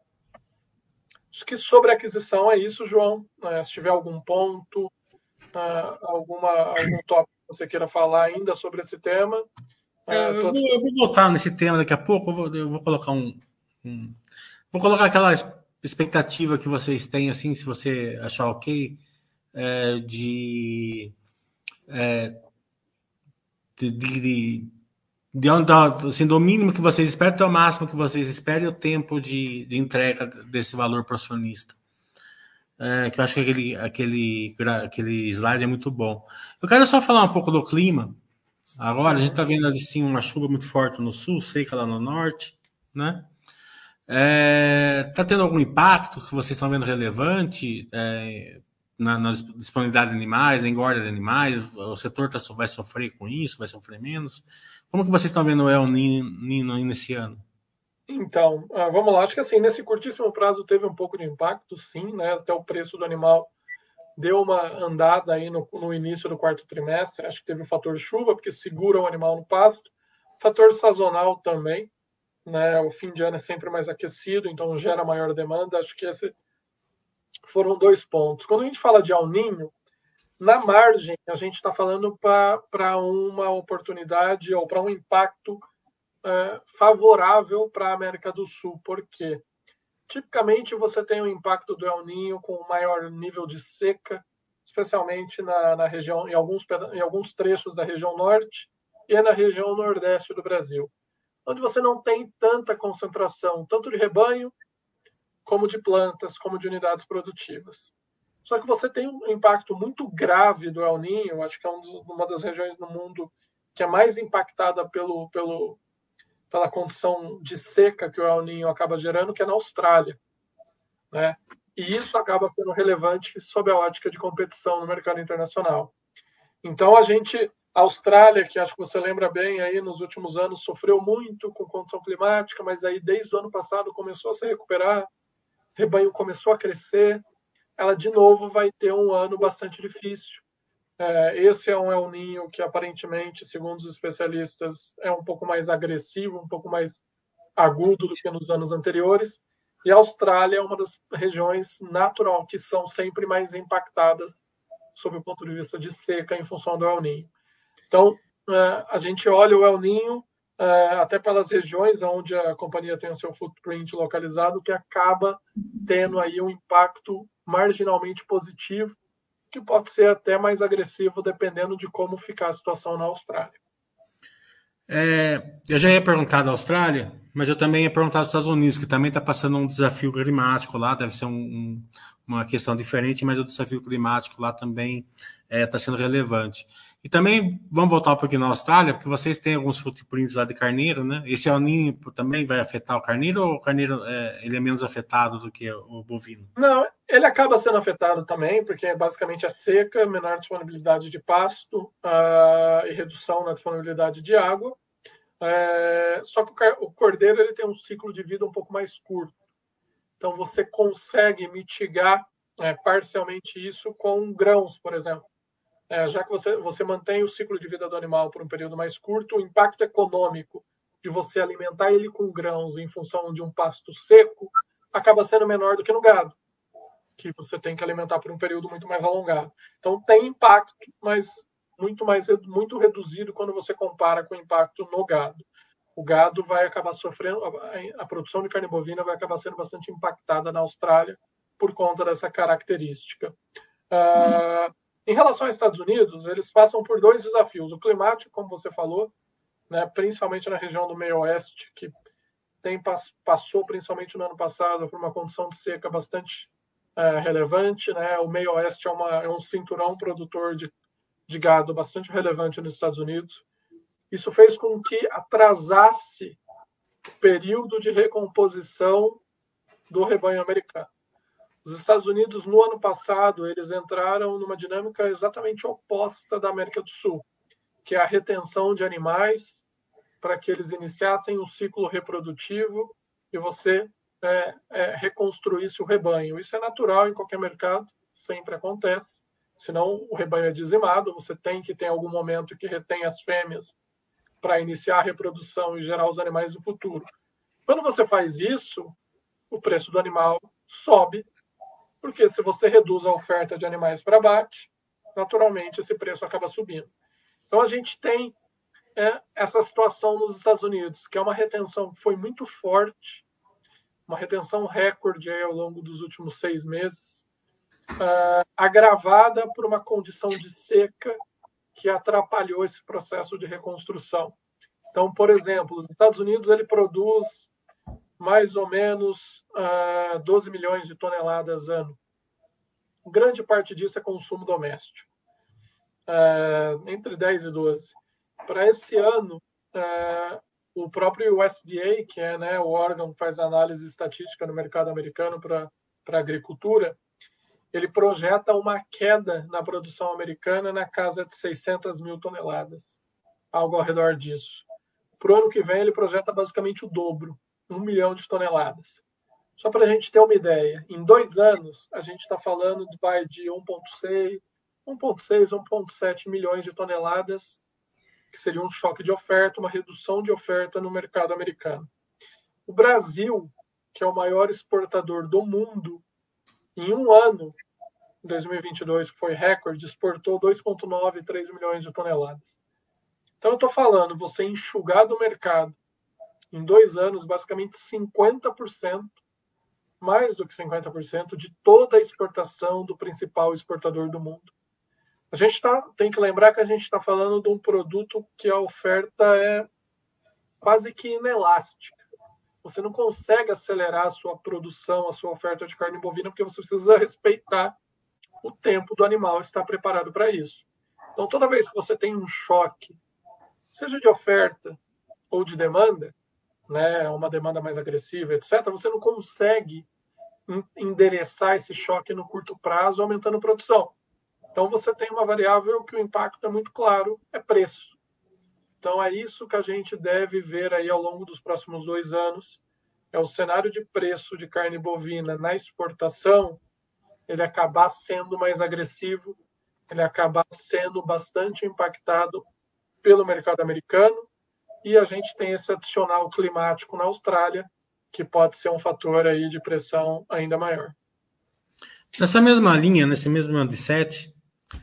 Acho que sobre a aquisição é isso, João. Se tiver algum ponto, alguma, algum tópico que você queira falar ainda sobre esse tema. Eu, eu, vou, eu vou voltar nesse tema daqui a pouco. Eu vou, eu vou colocar um, um, vou colocar aquela expectativa que vocês têm, assim, se você achar ok, é, de, é, de, de, de onde, assim, do mínimo que vocês esperam até o máximo que vocês esperem, o tempo de, de entrega desse valor para o acionista. É, que eu acho que aquele, aquele, aquele slide é muito bom. Eu quero só falar um pouco do clima. Agora a gente está vendo ali sim uma chuva muito forte no sul, seca lá no norte, né? É, tá tendo algum impacto que vocês estão vendo relevante é, na, na disponibilidade de animais, na engorda de animais? O setor tá, vai sofrer com isso, vai sofrer menos? Como que vocês estão vendo o El Nino nesse ano? Então, ah, vamos lá. Acho que assim, nesse curtíssimo prazo teve um pouco de impacto, sim, né? Até o preço do animal deu uma andada aí no, no início do quarto trimestre. Acho que teve o fator chuva, porque segura o animal no pasto. Fator sazonal também, né? O fim de ano é sempre mais aquecido, então gera maior demanda. Acho que esses foram dois pontos. Quando a gente fala de El Niño, na margem, a gente está falando para uma oportunidade ou para um impacto é, favorável para a América do Sul. Por quê? Tipicamente, você tem o impacto do El Niño com um maior nível de seca, especialmente na, na região, em alguns, em alguns trechos da região norte e na região nordeste do Brasil, onde você não tem tanta concentração, tanto de rebanho, como de plantas, como de unidades produtivas. Só que você tem um impacto muito grave do El Niño, acho que é uma das regiões no mundo que é mais impactada pelo, pelo, pela condição de seca que o El Niño acaba gerando, que é na Austrália, né? E isso acaba sendo relevante sob a ótica de competição no mercado internacional. Então, a gente, a Austrália, que acho que você lembra bem, aí nos últimos anos sofreu muito com condição climática, mas aí desde o ano passado começou a se recuperar, o rebanho começou a crescer, ela de novo vai ter um ano bastante difícil. É, esse é um El Niño que aparentemente, segundo os especialistas, é um pouco mais agressivo, um pouco mais agudo do que nos anos anteriores. E a Austrália é uma das regiões natural que são sempre mais impactadas sob o ponto de vista de seca em função do El Niño. Então, a gente olha o El Niño até pelas regiões onde a companhia tem o seu footprint localizado, que acaba tendo aí um impacto marginalmente positivo, que pode ser até mais agressivo dependendo de como ficar a situação na Austrália. É, eu já ia perguntar da Austrália, mas eu também ia perguntar dos Estados Unidos, que também está passando um desafio climático lá, deve ser um, um, uma questão diferente, mas o desafio climático lá também está é, tá sendo relevante. E também vamos voltar um pouquinho na Austrália, porque vocês têm alguns footprints lá de carneiro, né? Esse El Niño também vai afetar o carneiro ou o carneiro é, ele é menos afetado do que o bovino? Não, ele acaba sendo afetado também, porque basicamente é seca, menor disponibilidade de pasto uh, e redução na disponibilidade de água. É, só que o cordeiro ele tem um ciclo de vida um pouco mais curto. Então você consegue mitigar é, parcialmente isso com grãos, por exemplo. É, já que você, você mantém o ciclo de vida do animal por um período mais curto, o impacto econômico de você alimentar ele com grãos em função de um pasto seco acaba sendo menor do que no gado, que você tem que alimentar por um período muito mais alongado. Então tem impacto, mas muito mais muito reduzido quando você compara com o impacto no gado. O gado vai acabar sofrendo, a, a produção de carne bovina vai acabar sendo bastante impactada na Austrália por conta dessa característica. Uh, em relação aos Estados Unidos, eles passam por dois desafios. O climático, como você falou, né, principalmente na região do meio oeste, que tem, passou, principalmente no ano passado, por uma condição de seca bastante uh, relevante. Né? O meio oeste é, uma, é um cinturão produtor de, de gado bastante relevante nos Estados Unidos. Isso fez com que atrasasse o período de recomposição do rebanho americano. Os Estados Unidos, no ano passado, eles entraram numa dinâmica exatamente oposta da América do Sul, que é a retenção de animais para que eles iniciassem um ciclo reprodutivo e você é, é, reconstruísse o rebanho. Isso é natural em qualquer mercado, sempre acontece. Senão o rebanho é dizimado, você tem que ter algum momento que retém as fêmeas para iniciar a reprodução e gerar os animais do futuro. Quando você faz isso, o preço do animal sobe, porque se você reduz a oferta de animais para abate, naturalmente esse preço acaba subindo. Então a gente tem é, essa situação nos Estados Unidos, que é uma retenção que foi muito forte, uma retenção recorde aí ao longo dos últimos seis meses, uh, agravada por uma condição de seca que atrapalhou esse processo de reconstrução. Então, por exemplo, os Estados Unidos ele produz mais ou menos uh, doze milhões de toneladas ano. Grande parte disso é consumo doméstico, uh, entre dez e doze. para esse ano, é, o próprio U S D A, que é, né, o órgão que faz análise estatística no mercado americano para a agricultura, ele projeta uma queda na produção americana na casa de seiscentas mil toneladas, algo ao redor disso. Para o ano que vem, ele projeta basicamente o dobro, um milhão de toneladas. Só para a gente ter uma ideia, em dois anos, a gente está falando de, vai, de um vírgula seis, um vírgula sete milhões de toneladas, que seria um choque de oferta, uma redução de oferta no mercado americano. O Brasil, que é o maior exportador do mundo, em um ano, em dois mil e vinte e dois, que foi recorde, exportou dois vírgula nove, três milhões de toneladas. Então, eu estou falando, você enxugar do mercado, em dois anos, basicamente cinquenta por cento, mais do que cinquenta por cento, de toda a exportação do principal exportador do mundo. A gente tá, tem que lembrar que a gente está falando de um produto que a oferta é quase que inelástica. Você não consegue acelerar a sua produção, a sua oferta de carne bovina, porque você precisa respeitar o tempo do animal estar preparado para isso. Então, toda vez que você tem um choque, seja de oferta ou de demanda, né, uma demanda mais agressiva, etcétera, você não consegue endereçar esse choque no curto prazo, aumentando a produção. Então, você tem uma variável que o impacto é muito claro, é preço. Então, é isso que a gente deve ver aí ao longo dos próximos dois anos, é o cenário de preço de carne bovina na exportação, ele acabar sendo mais agressivo, ele acabar sendo bastante impactado pelo mercado americano, e a gente tem esse adicional climático na Austrália, que pode ser um fator aí de pressão ainda maior. Nessa mesma linha, nesse mesmo mindset,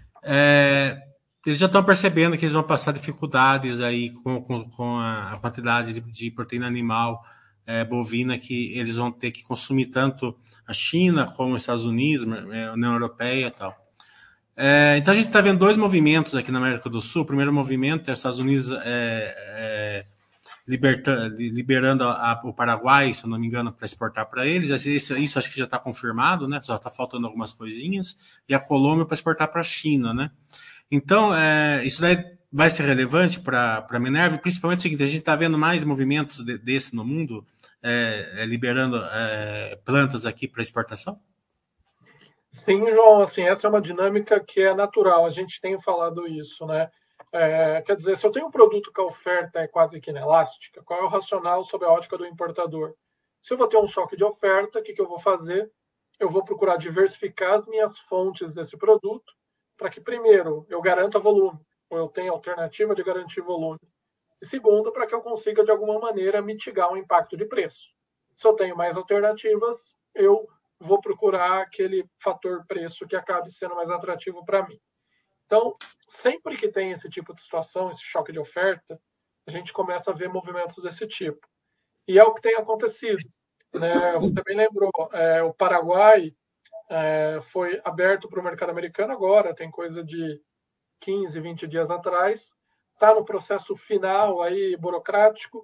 é, eles já estão percebendo que eles vão passar dificuldades aí com, com, com a quantidade de, de proteína animal é, bovina que eles vão ter que consumir tanto a China como os Estados Unidos, a União Europeia e tal. É, então a gente está vendo dois movimentos aqui na América do Sul. O primeiro movimento é os Estados Unidos é, é, liberta, liberando a, a, o Paraguai, se eu não me engano, para exportar para eles. Isso, isso acho que já está confirmado, né? Só está faltando algumas coisinhas. E a Colômbia para exportar para a China, né? Então, é, isso daí vai ser relevante para a Minerva, principalmente o seguinte, a gente está vendo mais movimentos de, desse no mundo, é, é, liberando é, plantas aqui para exportação? Sim, João, assim, essa é uma dinâmica que é natural, a gente tem falado isso, né? É, quer dizer, se eu tenho um produto que a oferta é quase que inelástica, qual é o racional sob a ótica do importador? Se eu vou ter um choque de oferta, o que, que eu vou fazer? Eu vou procurar diversificar as minhas fontes desse produto para que, primeiro, eu garanta volume, ou eu tenha alternativa de garantir volume. E segundo, para que eu consiga, de alguma maneira, mitigar o impacto de preço. Se eu tenho mais alternativas, eu vou procurar aquele fator preço que acabe sendo mais atrativo para mim. Então, sempre que tem esse tipo de situação, esse choque de oferta, a gente começa a ver movimentos desse tipo. E é o que tem acontecido. Né? Você bem lembrou, é, o Paraguai é, foi aberto para o mercado americano agora, tem coisa de quinze, vinte dias atrás, está no processo final aí burocrático,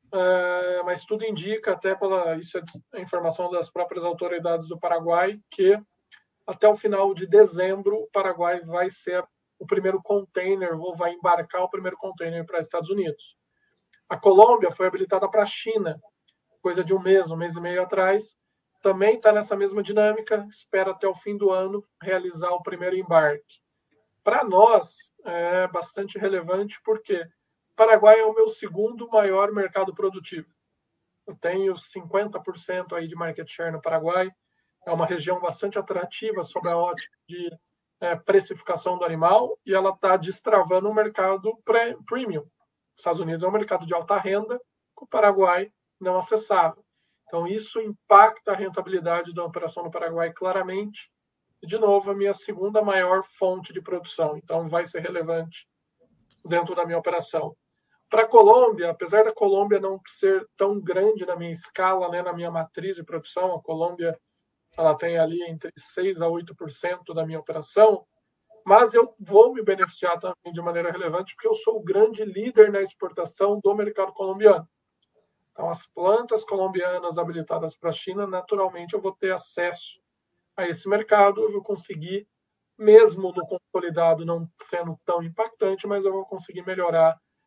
Uh, mas tudo indica, até pela isso é informação das próprias autoridades do Paraguai, que até o final de dezembro o Paraguai vai ser o primeiro container, ou vai embarcar o primeiro container para os Estados Unidos. A Colômbia foi habilitada para a China, coisa de um mês, um mês e meio atrás, também está nessa mesma dinâmica, espera até o fim do ano realizar o primeiro embarque. Para nós, é bastante relevante, porque o Paraguai é o meu segundo maior mercado produtivo. Eu tenho cinquenta por cento aí de market share no Paraguai. É uma região bastante atrativa sob a ótica de é, precificação do animal, e ela está destravando um mercado premium. Os Estados Unidos é um mercado de alta renda, que o Paraguai não acessava. Então, isso impacta a rentabilidade da operação no Paraguai claramente. E, de novo, a minha segunda maior fonte de produção. Então, vai ser relevante dentro da minha operação. Para a Colômbia, apesar da Colômbia não ser tão grande na minha escala, né, na minha matriz de produção, a Colômbia ela tem ali entre seis a oito por cento da minha operação, mas eu vou me beneficiar também de maneira relevante, porque eu sou o grande líder na exportação do mercado colombiano. Então, as plantas colombianas habilitadas para a China, naturalmente, eu vou ter acesso a esse mercado, eu vou conseguir, mesmo no consolidado não sendo tão impactante, mas eu vou conseguir melhorar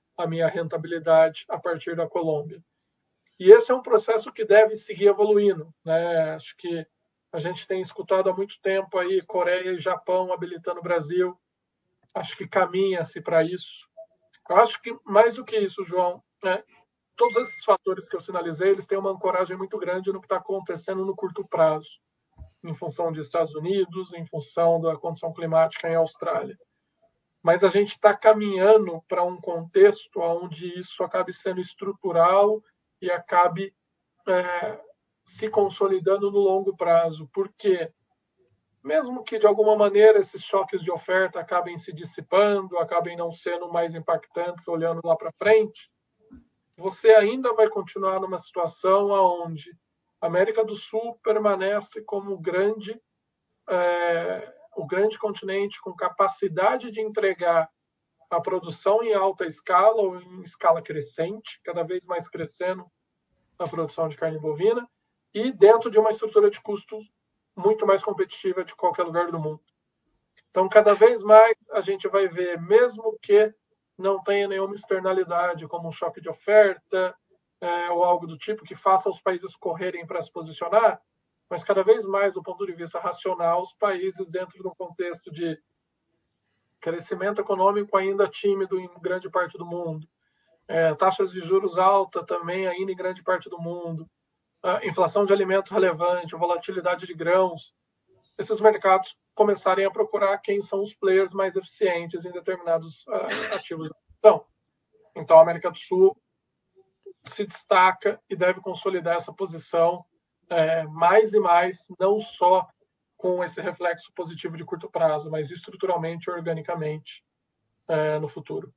a minha rentabilidade a partir da Colômbia. E esse é um processo que deve seguir evoluindo, né? Acho que a gente tem escutado há muito tempo aí Coreia e Japão habilitando o Brasil. Acho que caminha-se para isso. Eu acho que mais do que isso, João, né? Todos esses fatores que eu sinalizei, eles têm uma ancoragem muito grande no que está acontecendo no curto prazo, em função de Estados Unidos, em função da condição climática em Austrália. Mas a gente está caminhando para um contexto onde isso acabe sendo estrutural e acabe é, se consolidando no longo prazo. Porque, mesmo que de alguma maneira esses choques de oferta acabem se dissipando, acabem não sendo mais impactantes olhando lá para frente, você ainda vai continuar numa situação onde a América do Sul permanece como grande, é, o grande continente com capacidade de entregar a produção em alta escala ou em escala crescente, cada vez mais crescendo a produção de carne bovina, e dentro de uma estrutura de custo muito mais competitiva de qualquer lugar do mundo. Então, cada vez mais a gente vai ver, mesmo que não tenha nenhuma externalidade, como um choque de oferta, é, ou algo do tipo que faça os países correrem para se posicionar, mas cada vez mais, do ponto de vista racional, os países, dentro de um contexto de crescimento econômico ainda tímido em grande parte do mundo, é, taxas de juros altas também ainda em grande parte do mundo, inflação de alimentos relevante, volatilidade de grãos, esses mercados começarem a procurar quem são os players mais eficientes em determinados uh, ativos. Então, então, a América do Sul se destaca e deve consolidar essa posição é, mais e mais, não só com esse reflexo positivo de curto prazo, mas estruturalmente e organicamente é, no futuro.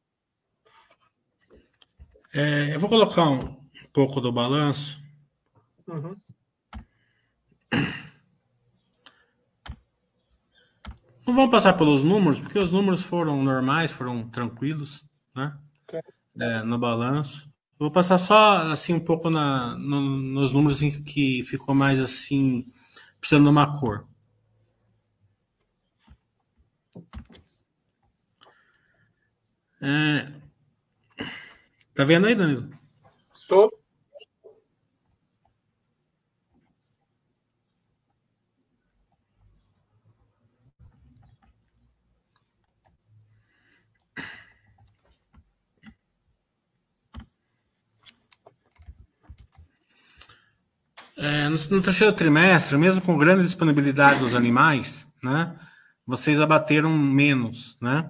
É, eu vou colocar um, um pouco do balanço. Uhum. Não vamos passar pelos números, porque os números foram normais, foram tranquilos, né? Okay. É, no balanço. Eu vou passar só assim um pouco na, no, nos números em que ficou mais assim, precisando de uma cor. É, tá vendo aí, Danilo? Estou. É, no, no terceiro trimestre, mesmo com grande disponibilidade dos animais, né, vocês abateram menos, né?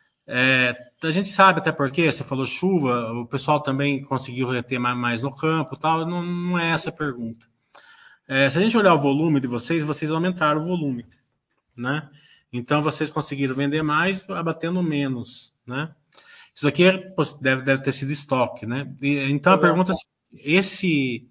É, a gente sabe até porque você falou chuva, o pessoal também conseguiu reter mais no campo, tal. Não, não é essa a pergunta. É, se a gente olhar o volume de vocês, vocês aumentaram o volume, né? Então vocês conseguiram vender mais, abatendo menos, né? Isso aqui é, deve, deve ter sido estoque, né? E, então a Exato. pergunta é: esse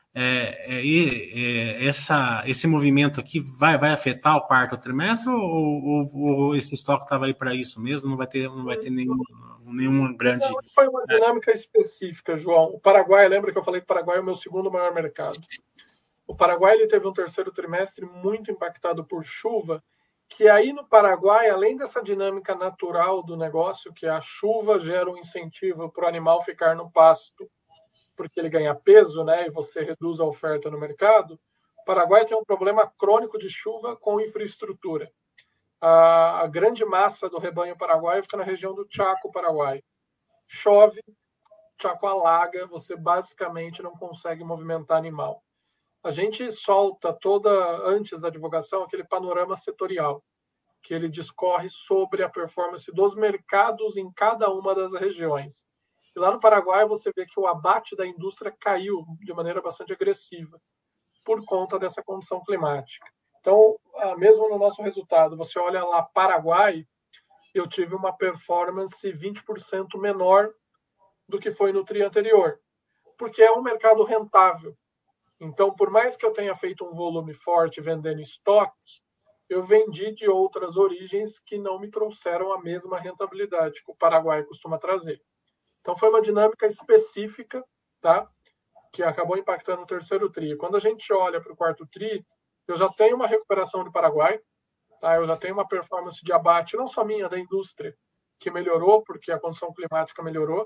é, é, é, essa, esse movimento aqui vai, vai afetar o quarto trimestre ou, ou, ou esse estoque estava aí para isso mesmo? Não vai ter, não vai ter nenhum, nenhuma grande. Não, foi uma dinâmica específica, João. O Paraguai, lembra que eu falei que o Paraguai é o meu segundo maior mercado? O Paraguai ele teve um terceiro trimestre muito impactado por chuva, que aí no Paraguai, além dessa dinâmica natural do negócio, que a chuva gera um incentivo para o animal ficar no pasto, porque ele ganha peso, né, e você reduz a oferta no mercado, o Paraguai tem um problema crônico de chuva com infraestrutura. A, a grande massa do rebanho paraguaio fica na região do Chaco Paraguai. Chove, Chaco alaga, você basicamente não consegue movimentar animal. A gente solta toda, antes da divulgação, aquele panorama setorial, que ele discorre sobre a performance dos mercados em cada uma das regiões. E lá no Paraguai você vê que o abate da indústria caiu de maneira bastante agressiva por conta dessa condição climática. Então, mesmo no nosso resultado, você olha lá Paraguai, eu tive uma performance vinte por cento menor do que foi no tri anterior, porque é um mercado rentável. Então, por mais que eu tenha feito um volume forte vendendo estoque, eu vendi de outras origens que não me trouxeram a mesma rentabilidade que o Paraguai costuma trazer. Então, foi uma dinâmica específica, tá? Que acabou impactando o terceiro tri. Quando a gente olha para o quarto tri, eu já tenho uma recuperação do Paraguai, tá? Eu já tenho uma performance de abate, não só minha, da indústria, que melhorou, porque a condição climática melhorou,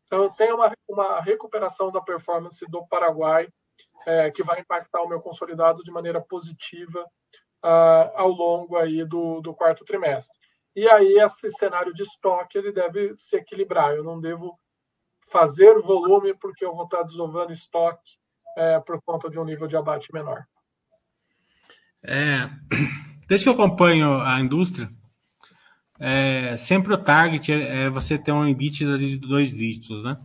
Então, eu tenho uma, uma recuperação da performance do Paraguai, é, que vai impactar o meu consolidado de maneira positiva uh, ao longo aí do, do quarto trimestre. E aí, esse cenário de estoque ele deve se equilibrar. Eu não devo fazer volume porque eu vou estar desovando estoque é, por conta de um nível de abate menor. É, desde que eu acompanho a indústria, é, sempre o target é, é você ter um EBITDA de dois dígitos, né?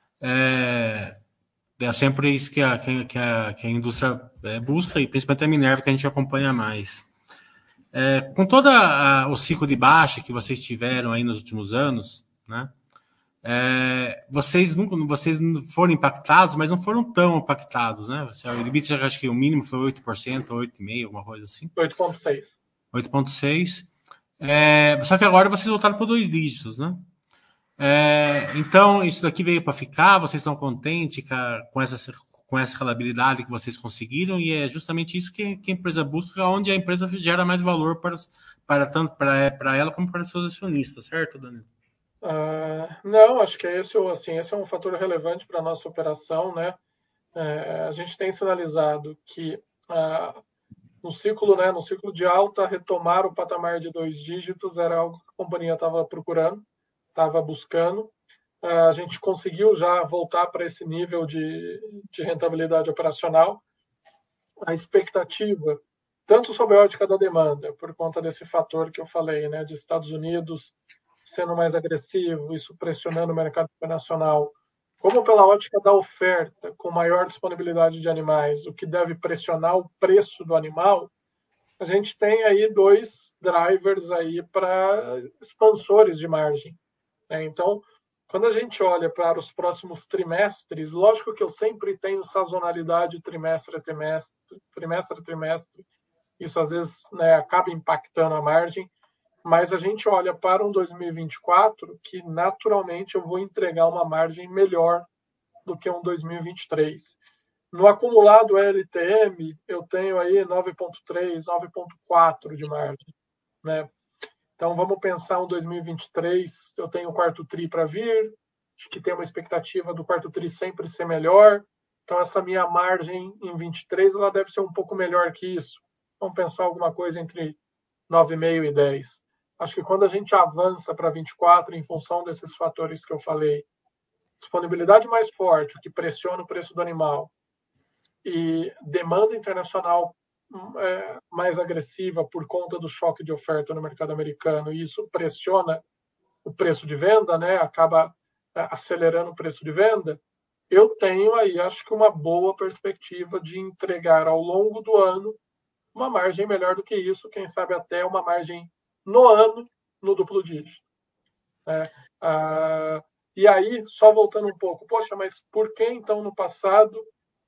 É, é sempre isso que a, que a, que a indústria é, busca, e principalmente a Minerva, que a gente acompanha mais. É, com todo o ciclo de baixa que vocês tiveram aí nos últimos anos, né? É, vocês nunca vocês foram impactados, mas não foram tão impactados, né? O EBITDA, acho que o mínimo foi oito por cento, oito vírgula cinco por cento, alguma coisa assim. oito vírgula seis. oito vírgula seis por cento. É, só que agora vocês voltaram para dois dígitos, né? É, então, isso daqui veio para ficar, vocês estão contentes com essa, com essa escalabilidade que vocês conseguiram, e é justamente isso que, que a empresa busca, onde a empresa gera mais valor para, para tanto para, para ela como para seus acionistas, certo, Danilo? Uh, não, acho que esse, assim, esse é um fator relevante para a nossa operação, né? É, a gente tem sinalizado que uh, no ciclo, né, no ciclo de alta, retomar o patamar de dois dígitos era algo que a companhia estava procurando, estava buscando. Uh, a gente conseguiu já voltar para esse nível de, de rentabilidade operacional. A expectativa, tanto sob a ótica da demanda, por conta desse fator que eu falei, né, de Estados Unidos sendo mais agressivo, isso pressionando o mercado internacional, como pela ótica da oferta, com maior disponibilidade de animais, o que deve pressionar o preço do animal, a gente tem aí dois drivers aí para expansores de margem. Né? Então, quando a gente olha para os próximos trimestres, lógico que eu sempre tenho sazonalidade trimestre a trimestre, trimestre a trimestre, isso às vezes, né, acaba impactando a margem, mas a gente olha para um dois mil e vinte e quatro que naturalmente eu vou entregar uma margem melhor do que um dois mil e vinte e três. No acumulado L T M, eu tenho aí nove vírgula três, nove vírgula quatro de margem. Né? Então, vamos pensar um dois mil e vinte e três, eu tenho o quarto TRI para vir, acho que tem uma expectativa do quarto TRI sempre ser melhor, então essa minha margem em vinte e três ela deve ser um pouco melhor que isso. Vamos pensar alguma coisa entre nove vírgula cinco e dez. Acho que quando a gente avança para vinte e quatro, em função desses fatores que eu falei, disponibilidade mais forte, o que pressiona o preço do animal, e demanda internacional é, mais agressiva por conta do choque de oferta no mercado americano, e isso pressiona o preço de venda, né? Acaba é, acelerando o preço de venda. Eu tenho aí, acho que uma boa perspectiva de entregar ao longo do ano uma margem melhor do que isso, quem sabe até uma margem no ano no duplo dígito. É, ah, e aí, só voltando um pouco, poxa, mas por que então no passado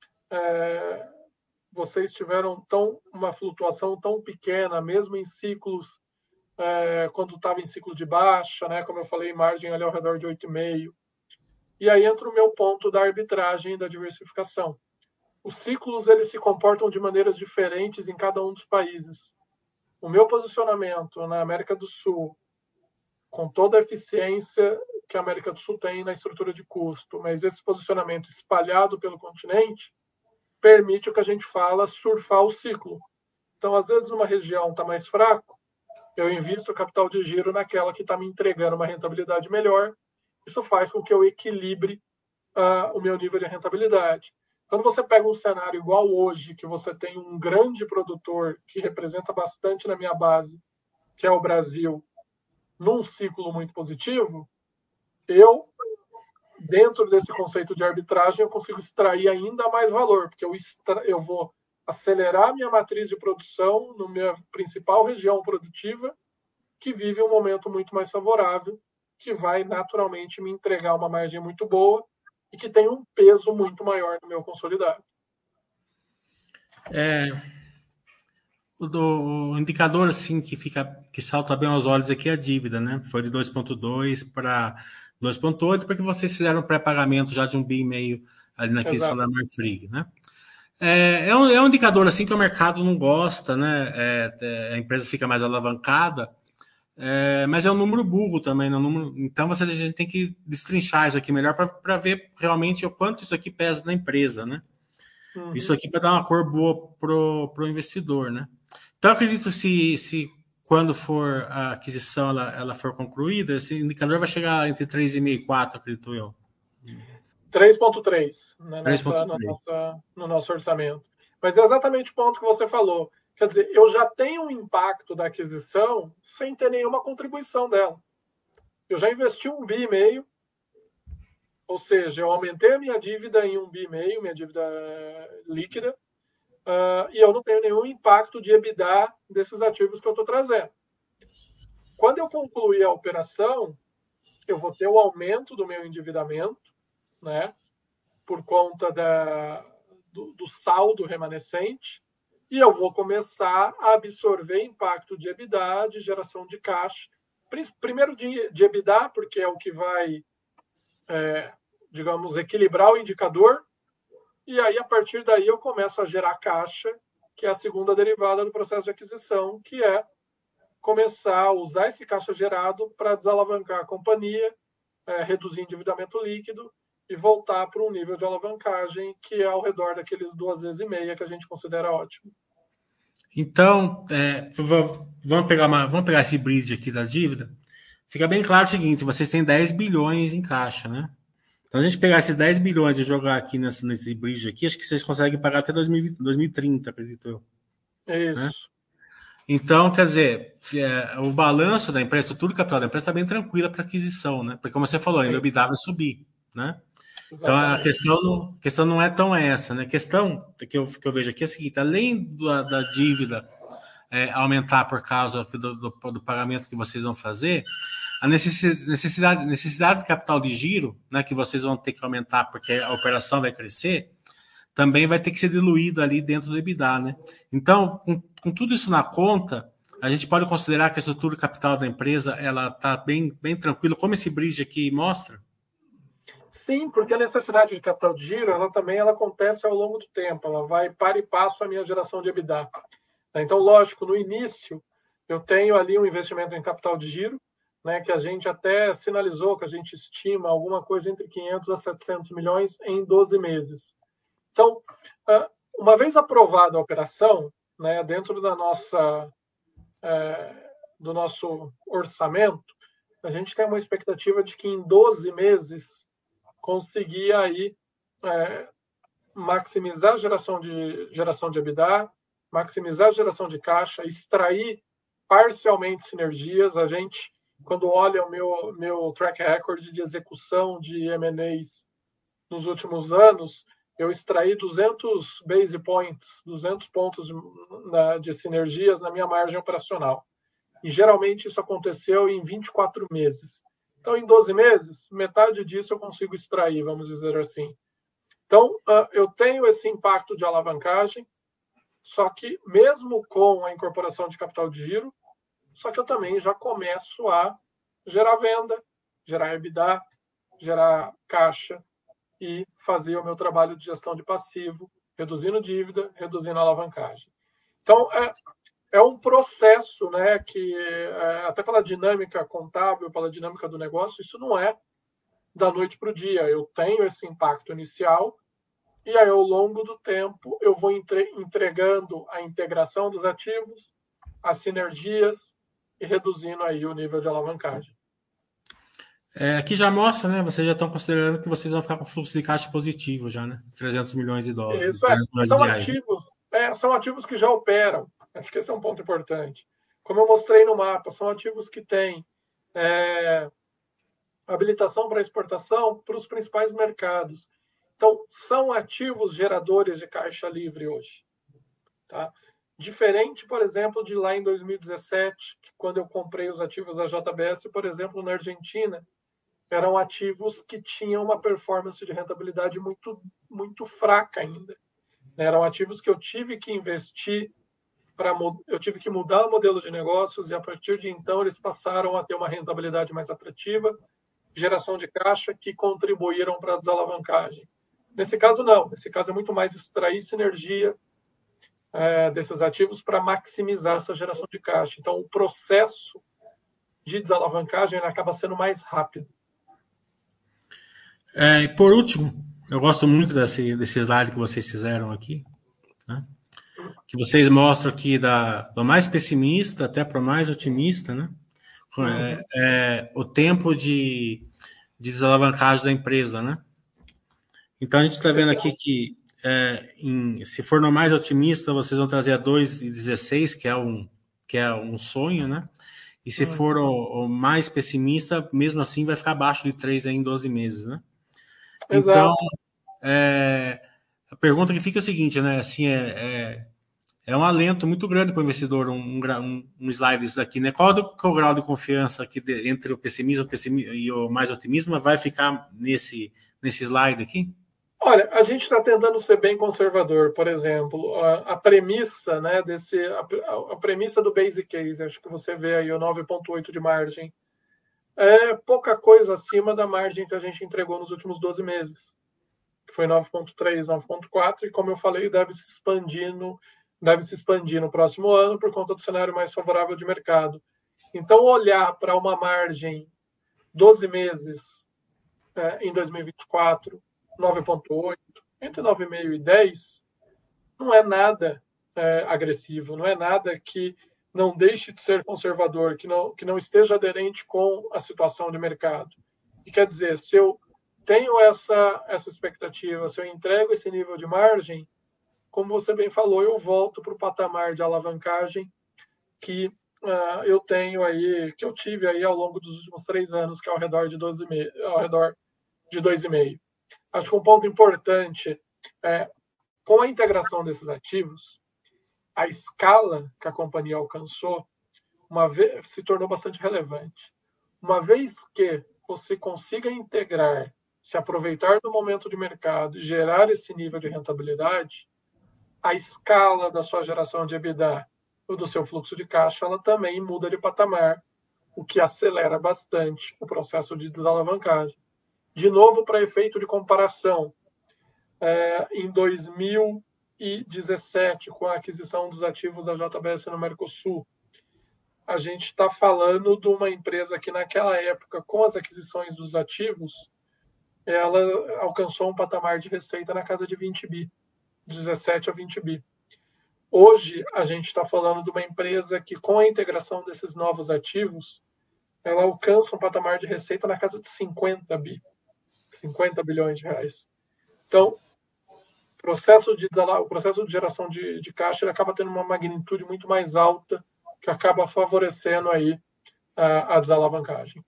é, vocês tiveram tão, uma flutuação tão pequena, mesmo em ciclos, é, quando estava em ciclo de baixa, né, como eu falei, margem ali ao redor de oito vírgula cinco. E aí entra o meu ponto da arbitragem e da diversificação. Os ciclos eles se comportam de maneiras diferentes em cada um dos países. O meu posicionamento na América do Sul, com toda a eficiência que a América do Sul tem na estrutura de custo, mas esse posicionamento espalhado pelo continente permite o que a gente fala surfar o ciclo. Então, às vezes, numa região está mais fraco, eu invisto o capital de giro naquela que está me entregando uma rentabilidade melhor. Isso faz com que eu equilibre uh, o meu nível de rentabilidade. Quando você pega um cenário igual hoje, que você tem um grande produtor que representa bastante na minha base, que é o Brasil, num ciclo muito positivo, eu, dentro desse conceito de arbitragem, eu consigo extrair ainda mais valor, porque eu, extra... eu vou acelerar a minha matriz de produção na minha principal região produtiva, que vive um momento muito mais favorável, que vai naturalmente me entregar uma margem muito boa e que tem um peso muito maior no meu consolidado. É, o, do, o indicador assim que fica que salta bem aos olhos aqui é a dívida, né? Foi de dois vírgula dois para dois vírgula oito, porque vocês fizeram um pré-pagamento já de um bi e meio ali na aquisição da Marfrig, né? É, é, um, é um indicador assim que o mercado não gosta, né? É, é, a empresa fica mais alavancada. É, mas é um número burro também, né? Um número, então você, a gente tem que destrinchar isso aqui melhor para ver realmente o quanto isso aqui pesa na empresa, né? Uhum. Isso aqui para dar uma cor boa pro, pro investidor, né? Então eu acredito que se, se quando for a aquisição ela, ela for concluída, esse indicador vai chegar entre três vírgula cinco e quatro, acredito eu. três ponto três na três nossa, ponto na três. nossa, no nosso orçamento. Mas é exatamente o ponto que você falou. Quer dizer, eu já tenho um impacto da aquisição sem ter nenhuma contribuição dela. Eu já investi um bi e meio, ou seja, eu aumentei a minha dívida em um bi e meio, minha dívida líquida, uh, e eu não tenho nenhum impacto de EBITDA desses ativos que eu estou trazendo. Quando eu concluir a operação, eu vou ter o aumento do meu endividamento, né, por conta da, do, do saldo remanescente, e eu vou começar a absorver impacto de EBITDA, de geração de caixa. Primeiro de, de EBITDA, porque é o que vai, é, digamos, equilibrar o indicador, e aí, a partir daí, eu começo a gerar caixa, que é a segunda derivada do processo de aquisição, que é começar a usar esse caixa gerado para desalavancar a companhia, é, reduzir endividamento líquido e voltar para um nível de alavancagem que é ao redor daqueles duas vezes e meia que a gente considera ótimo. Então, é, vamos, pegar uma, vamos pegar esse bridge aqui da dívida. Fica bem claro o seguinte: vocês têm dez bilhões em caixa, né? Então, a gente pegar esses dez bilhões e jogar aqui nesse, nesse bridge aqui, acho que vocês conseguem pagar até dois mil, dois mil e trinta, acredito eu. Né? Isso. Então, quer dizer, é, o balanço da empresa, tudo capital da empresa está bem tranquila para aquisição, né? Porque, como você falou, ainda o EBITDA vai subir, né? Então, a Exatamente. questão não, a questão não é tão essa, né? A questão que eu, que eu vejo aqui é a seguinte: além da, da dívida é, aumentar por causa do, do, do pagamento que vocês vão fazer, a necessidade, necessidade de capital de giro, né, que vocês vão ter que aumentar porque a operação vai crescer, também vai ter que ser diluído ali dentro do EBITDA, né? Então, com, com tudo isso na conta, a gente pode considerar que a estrutura capital da empresa ela está bem, bem tranquila, como esse bridge aqui mostra. Sim, porque a necessidade de capital de giro, ela também ela acontece ao longo do tempo, ela vai para e passo a minha geração de EBITDA. Então, lógico, no início, eu tenho ali um investimento em capital de giro, né, que a gente até sinalizou que a gente estima alguma coisa entre quinhentos a setecentos milhões em doze meses. Então, uma vez aprovada a operação, né, dentro da nossa, é, do nosso orçamento, a gente tem uma expectativa de que em doze meses conseguir aí é, maximizar a geração de, geração de EBITDA, maximizar a geração de caixa, extrair parcialmente sinergias. A gente, quando olha o meu, meu track record de execução de M and As nos últimos anos, eu extraí duzentos base points, duzentos pontos de, de sinergias na minha margem operacional. E geralmente isso aconteceu em vinte e quatro meses. Então, em doze meses, metade disso eu consigo extrair, vamos dizer assim. Então, eu tenho esse impacto de alavancagem, só que mesmo com a incorporação de capital de giro, só que eu também já começo a gerar venda, gerar EBITDA, gerar caixa e fazer o meu trabalho de gestão de passivo, reduzindo dívida, reduzindo alavancagem. Então, é, é um processo, né, que é, até pela dinâmica contábil, pela dinâmica do negócio, isso não é da noite para o dia. Eu tenho esse impacto inicial e aí, ao longo do tempo, eu vou entregando a integração dos ativos, as sinergias e reduzindo aí o nível de alavancagem. É, aqui já mostra, né? Vocês já estão considerando que vocês vão ficar com fluxo de caixa positivo já, né? trezentos milhões de dólares, Isso é, trezentos milhões de são reais. ativos, é, são ativos que já operam. Acho que esse é um ponto importante. Como eu mostrei no mapa, são ativos que têm é, habilitação para exportação para os principais mercados. Então, são ativos geradores de caixa livre hoje. Tá? Diferente, por exemplo, de lá em dois mil e dezessete, quando eu comprei os ativos da J B S, por exemplo, na Argentina, eram ativos que tinham uma performance de rentabilidade muito, muito fraca ainda. Eram ativos que eu tive que investir, para eu tive que mudar o modelo de negócios e, a partir de então, eles passaram a ter uma rentabilidade mais atrativa, geração de caixa, que contribuíram para a desalavancagem. Nesse caso, não. Nesse caso, é muito mais extrair sinergia é, desses ativos para maximizar essa geração de caixa. Então, o processo de desalavancagem ele acaba sendo mais rápido. É, e por último, eu gosto muito desse, desse slide que vocês fizeram aqui, né? Que vocês mostram aqui da, do mais pessimista até para o mais otimista, né? Uhum. É, é, o tempo de, de desalavancagem da empresa, né? Então a gente está vendo aqui que é, em, se for no mais otimista, vocês vão trazer a dois vírgula dezesseis, que é um que é um sonho, né? E se uhum. for o, o mais pessimista, mesmo assim vai ficar abaixo de três em doze meses, né? Exato. Então, é, a pergunta que fica é o seguinte, né? Assim, é, é, é um alento muito grande para o investidor, um, um, um slide desse daqui, né? Qual, do, qual o grau de confiança que de, entre o pessimismo, o pessimismo e o mais otimismo vai ficar nesse, nesse slide aqui? Olha, a gente está tentando ser bem conservador. Por exemplo, a, a premissa, né, desse, a, a, premissa do basic case, acho que você vê aí o nove vírgula oito de margem, é pouca coisa acima da margem que a gente entregou nos últimos doze meses, que foi nove vírgula três, nove vírgula quatro, e como eu falei, deve se expandir no, deve se expandir no próximo ano por conta do cenário mais favorável de mercado. Então, olhar para uma margem doze meses é, em dois mil e vinte e quatro, nove vírgula oito, entre nove vírgula cinco e dez, não é nada é, agressivo, não é nada que não deixe de ser conservador, que não, que não esteja aderente com a situação de mercado. E quer dizer, se eu tenho essa, essa expectativa, se eu entrego esse nível de margem, como você bem falou, eu volto para o patamar de alavancagem que uh, eu tenho aí, que eu tive aí ao longo dos últimos três anos, que é ao redor de doze, ao redor de dois vírgula cinco. Acho que um ponto importante é, com a integração desses ativos, a escala que a companhia alcançou uma vez, se tornou bastante relevante. Uma vez que você consiga integrar, se aproveitar do momento de mercado e gerar esse nível de rentabilidade, a escala da sua geração de EBITDA ou do seu fluxo de caixa, ela também muda de patamar, o que acelera bastante o processo de desalavancagem. De novo, para efeito de comparação, é, em dois mil e dezessete, com a aquisição dos ativos da J B S no Mercosul, a gente está falando de uma empresa que, naquela época, com as aquisições dos ativos, ela alcançou um patamar de receita na casa de vinte bi, dezessete a vinte bi. Hoje, a gente está falando de uma empresa que, com a integração desses novos ativos, ela alcança um patamar de receita na casa de cinquenta bi, cinquenta bilhões de reais. Então, processo de, o processo de geração de, de caixa ele acaba tendo uma magnitude muito mais alta, que acaba favorecendo aí a, a desalavancagem.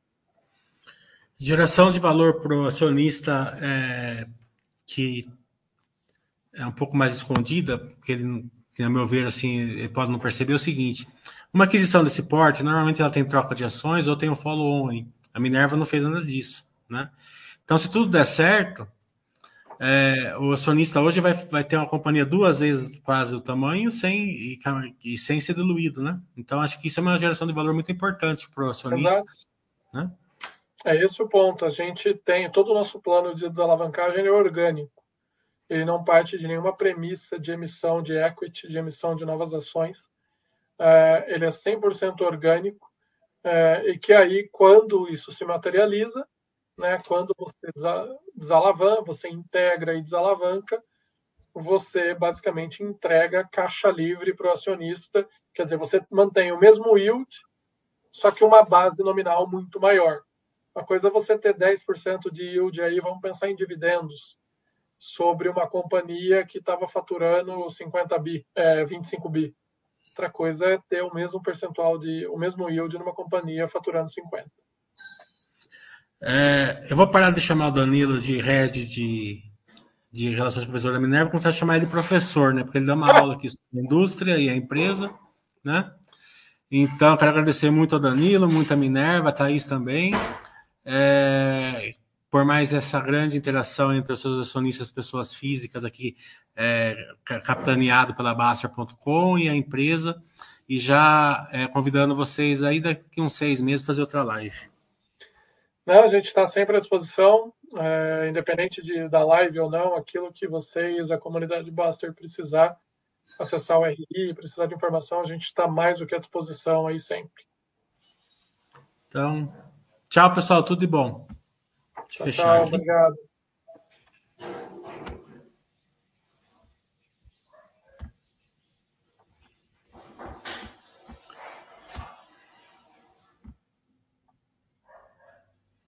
Geração de valor para o acionista é, que é um pouco mais escondida, porque ele, a meu ver, assim, ele pode não perceber o seguinte: uma aquisição desse porte, normalmente ela tem troca de ações ou tem um follow-on. A Minerva não fez nada disso, né? Então, se tudo der certo, é, o acionista hoje vai, vai ter uma companhia duas vezes quase o tamanho sem, e, e sem ser diluído, né? Então, acho que isso é uma geração de valor muito importante para o acionista. Exato. Né? É esse o ponto. A gente tem todo o nosso plano de desalavancagem é orgânico. Ele não parte de nenhuma premissa de emissão de equity, de emissão de novas ações. É, ele é cem por cento orgânico, é, e que aí, quando isso se materializa, né, quando você desalavanca, você integra e desalavanca, você basicamente entrega caixa livre para o acionista, quer dizer, você mantém o mesmo yield, só que uma base nominal muito maior. Uma coisa é você ter dez por cento de yield aí, vamos pensar em dividendos, sobre uma companhia que estava faturando cinquenta bi, é, vinte e cinco bi. Outra coisa é ter o mesmo percentual de, o mesmo yield numa companhia faturando cinquenta. É, eu vou parar de chamar o Danilo de head de, de relações com o professor da Minerva, começar a chamar ele de professor, né? Porque ele dá uma aula aqui sobre a indústria e a empresa, né? Então, quero agradecer muito ao Danilo, muito a Minerva, a Thaís também, é, por mais essa grande interação entre os seus acionistas, pessoas físicas aqui, é, capitaneado pela Baster ponto com e a empresa, e já é, convidando vocês aí daqui uns seis meses fazer outra live. Não, a gente está sempre à disposição, é, independente de, da live ou não, aquilo que vocês, a comunidade Baster, precisar, acessar o R I, precisar de informação, a gente está mais do que à disposição aí sempre. Então, tchau, pessoal, tudo de bom. Tchau, tchau, obrigado.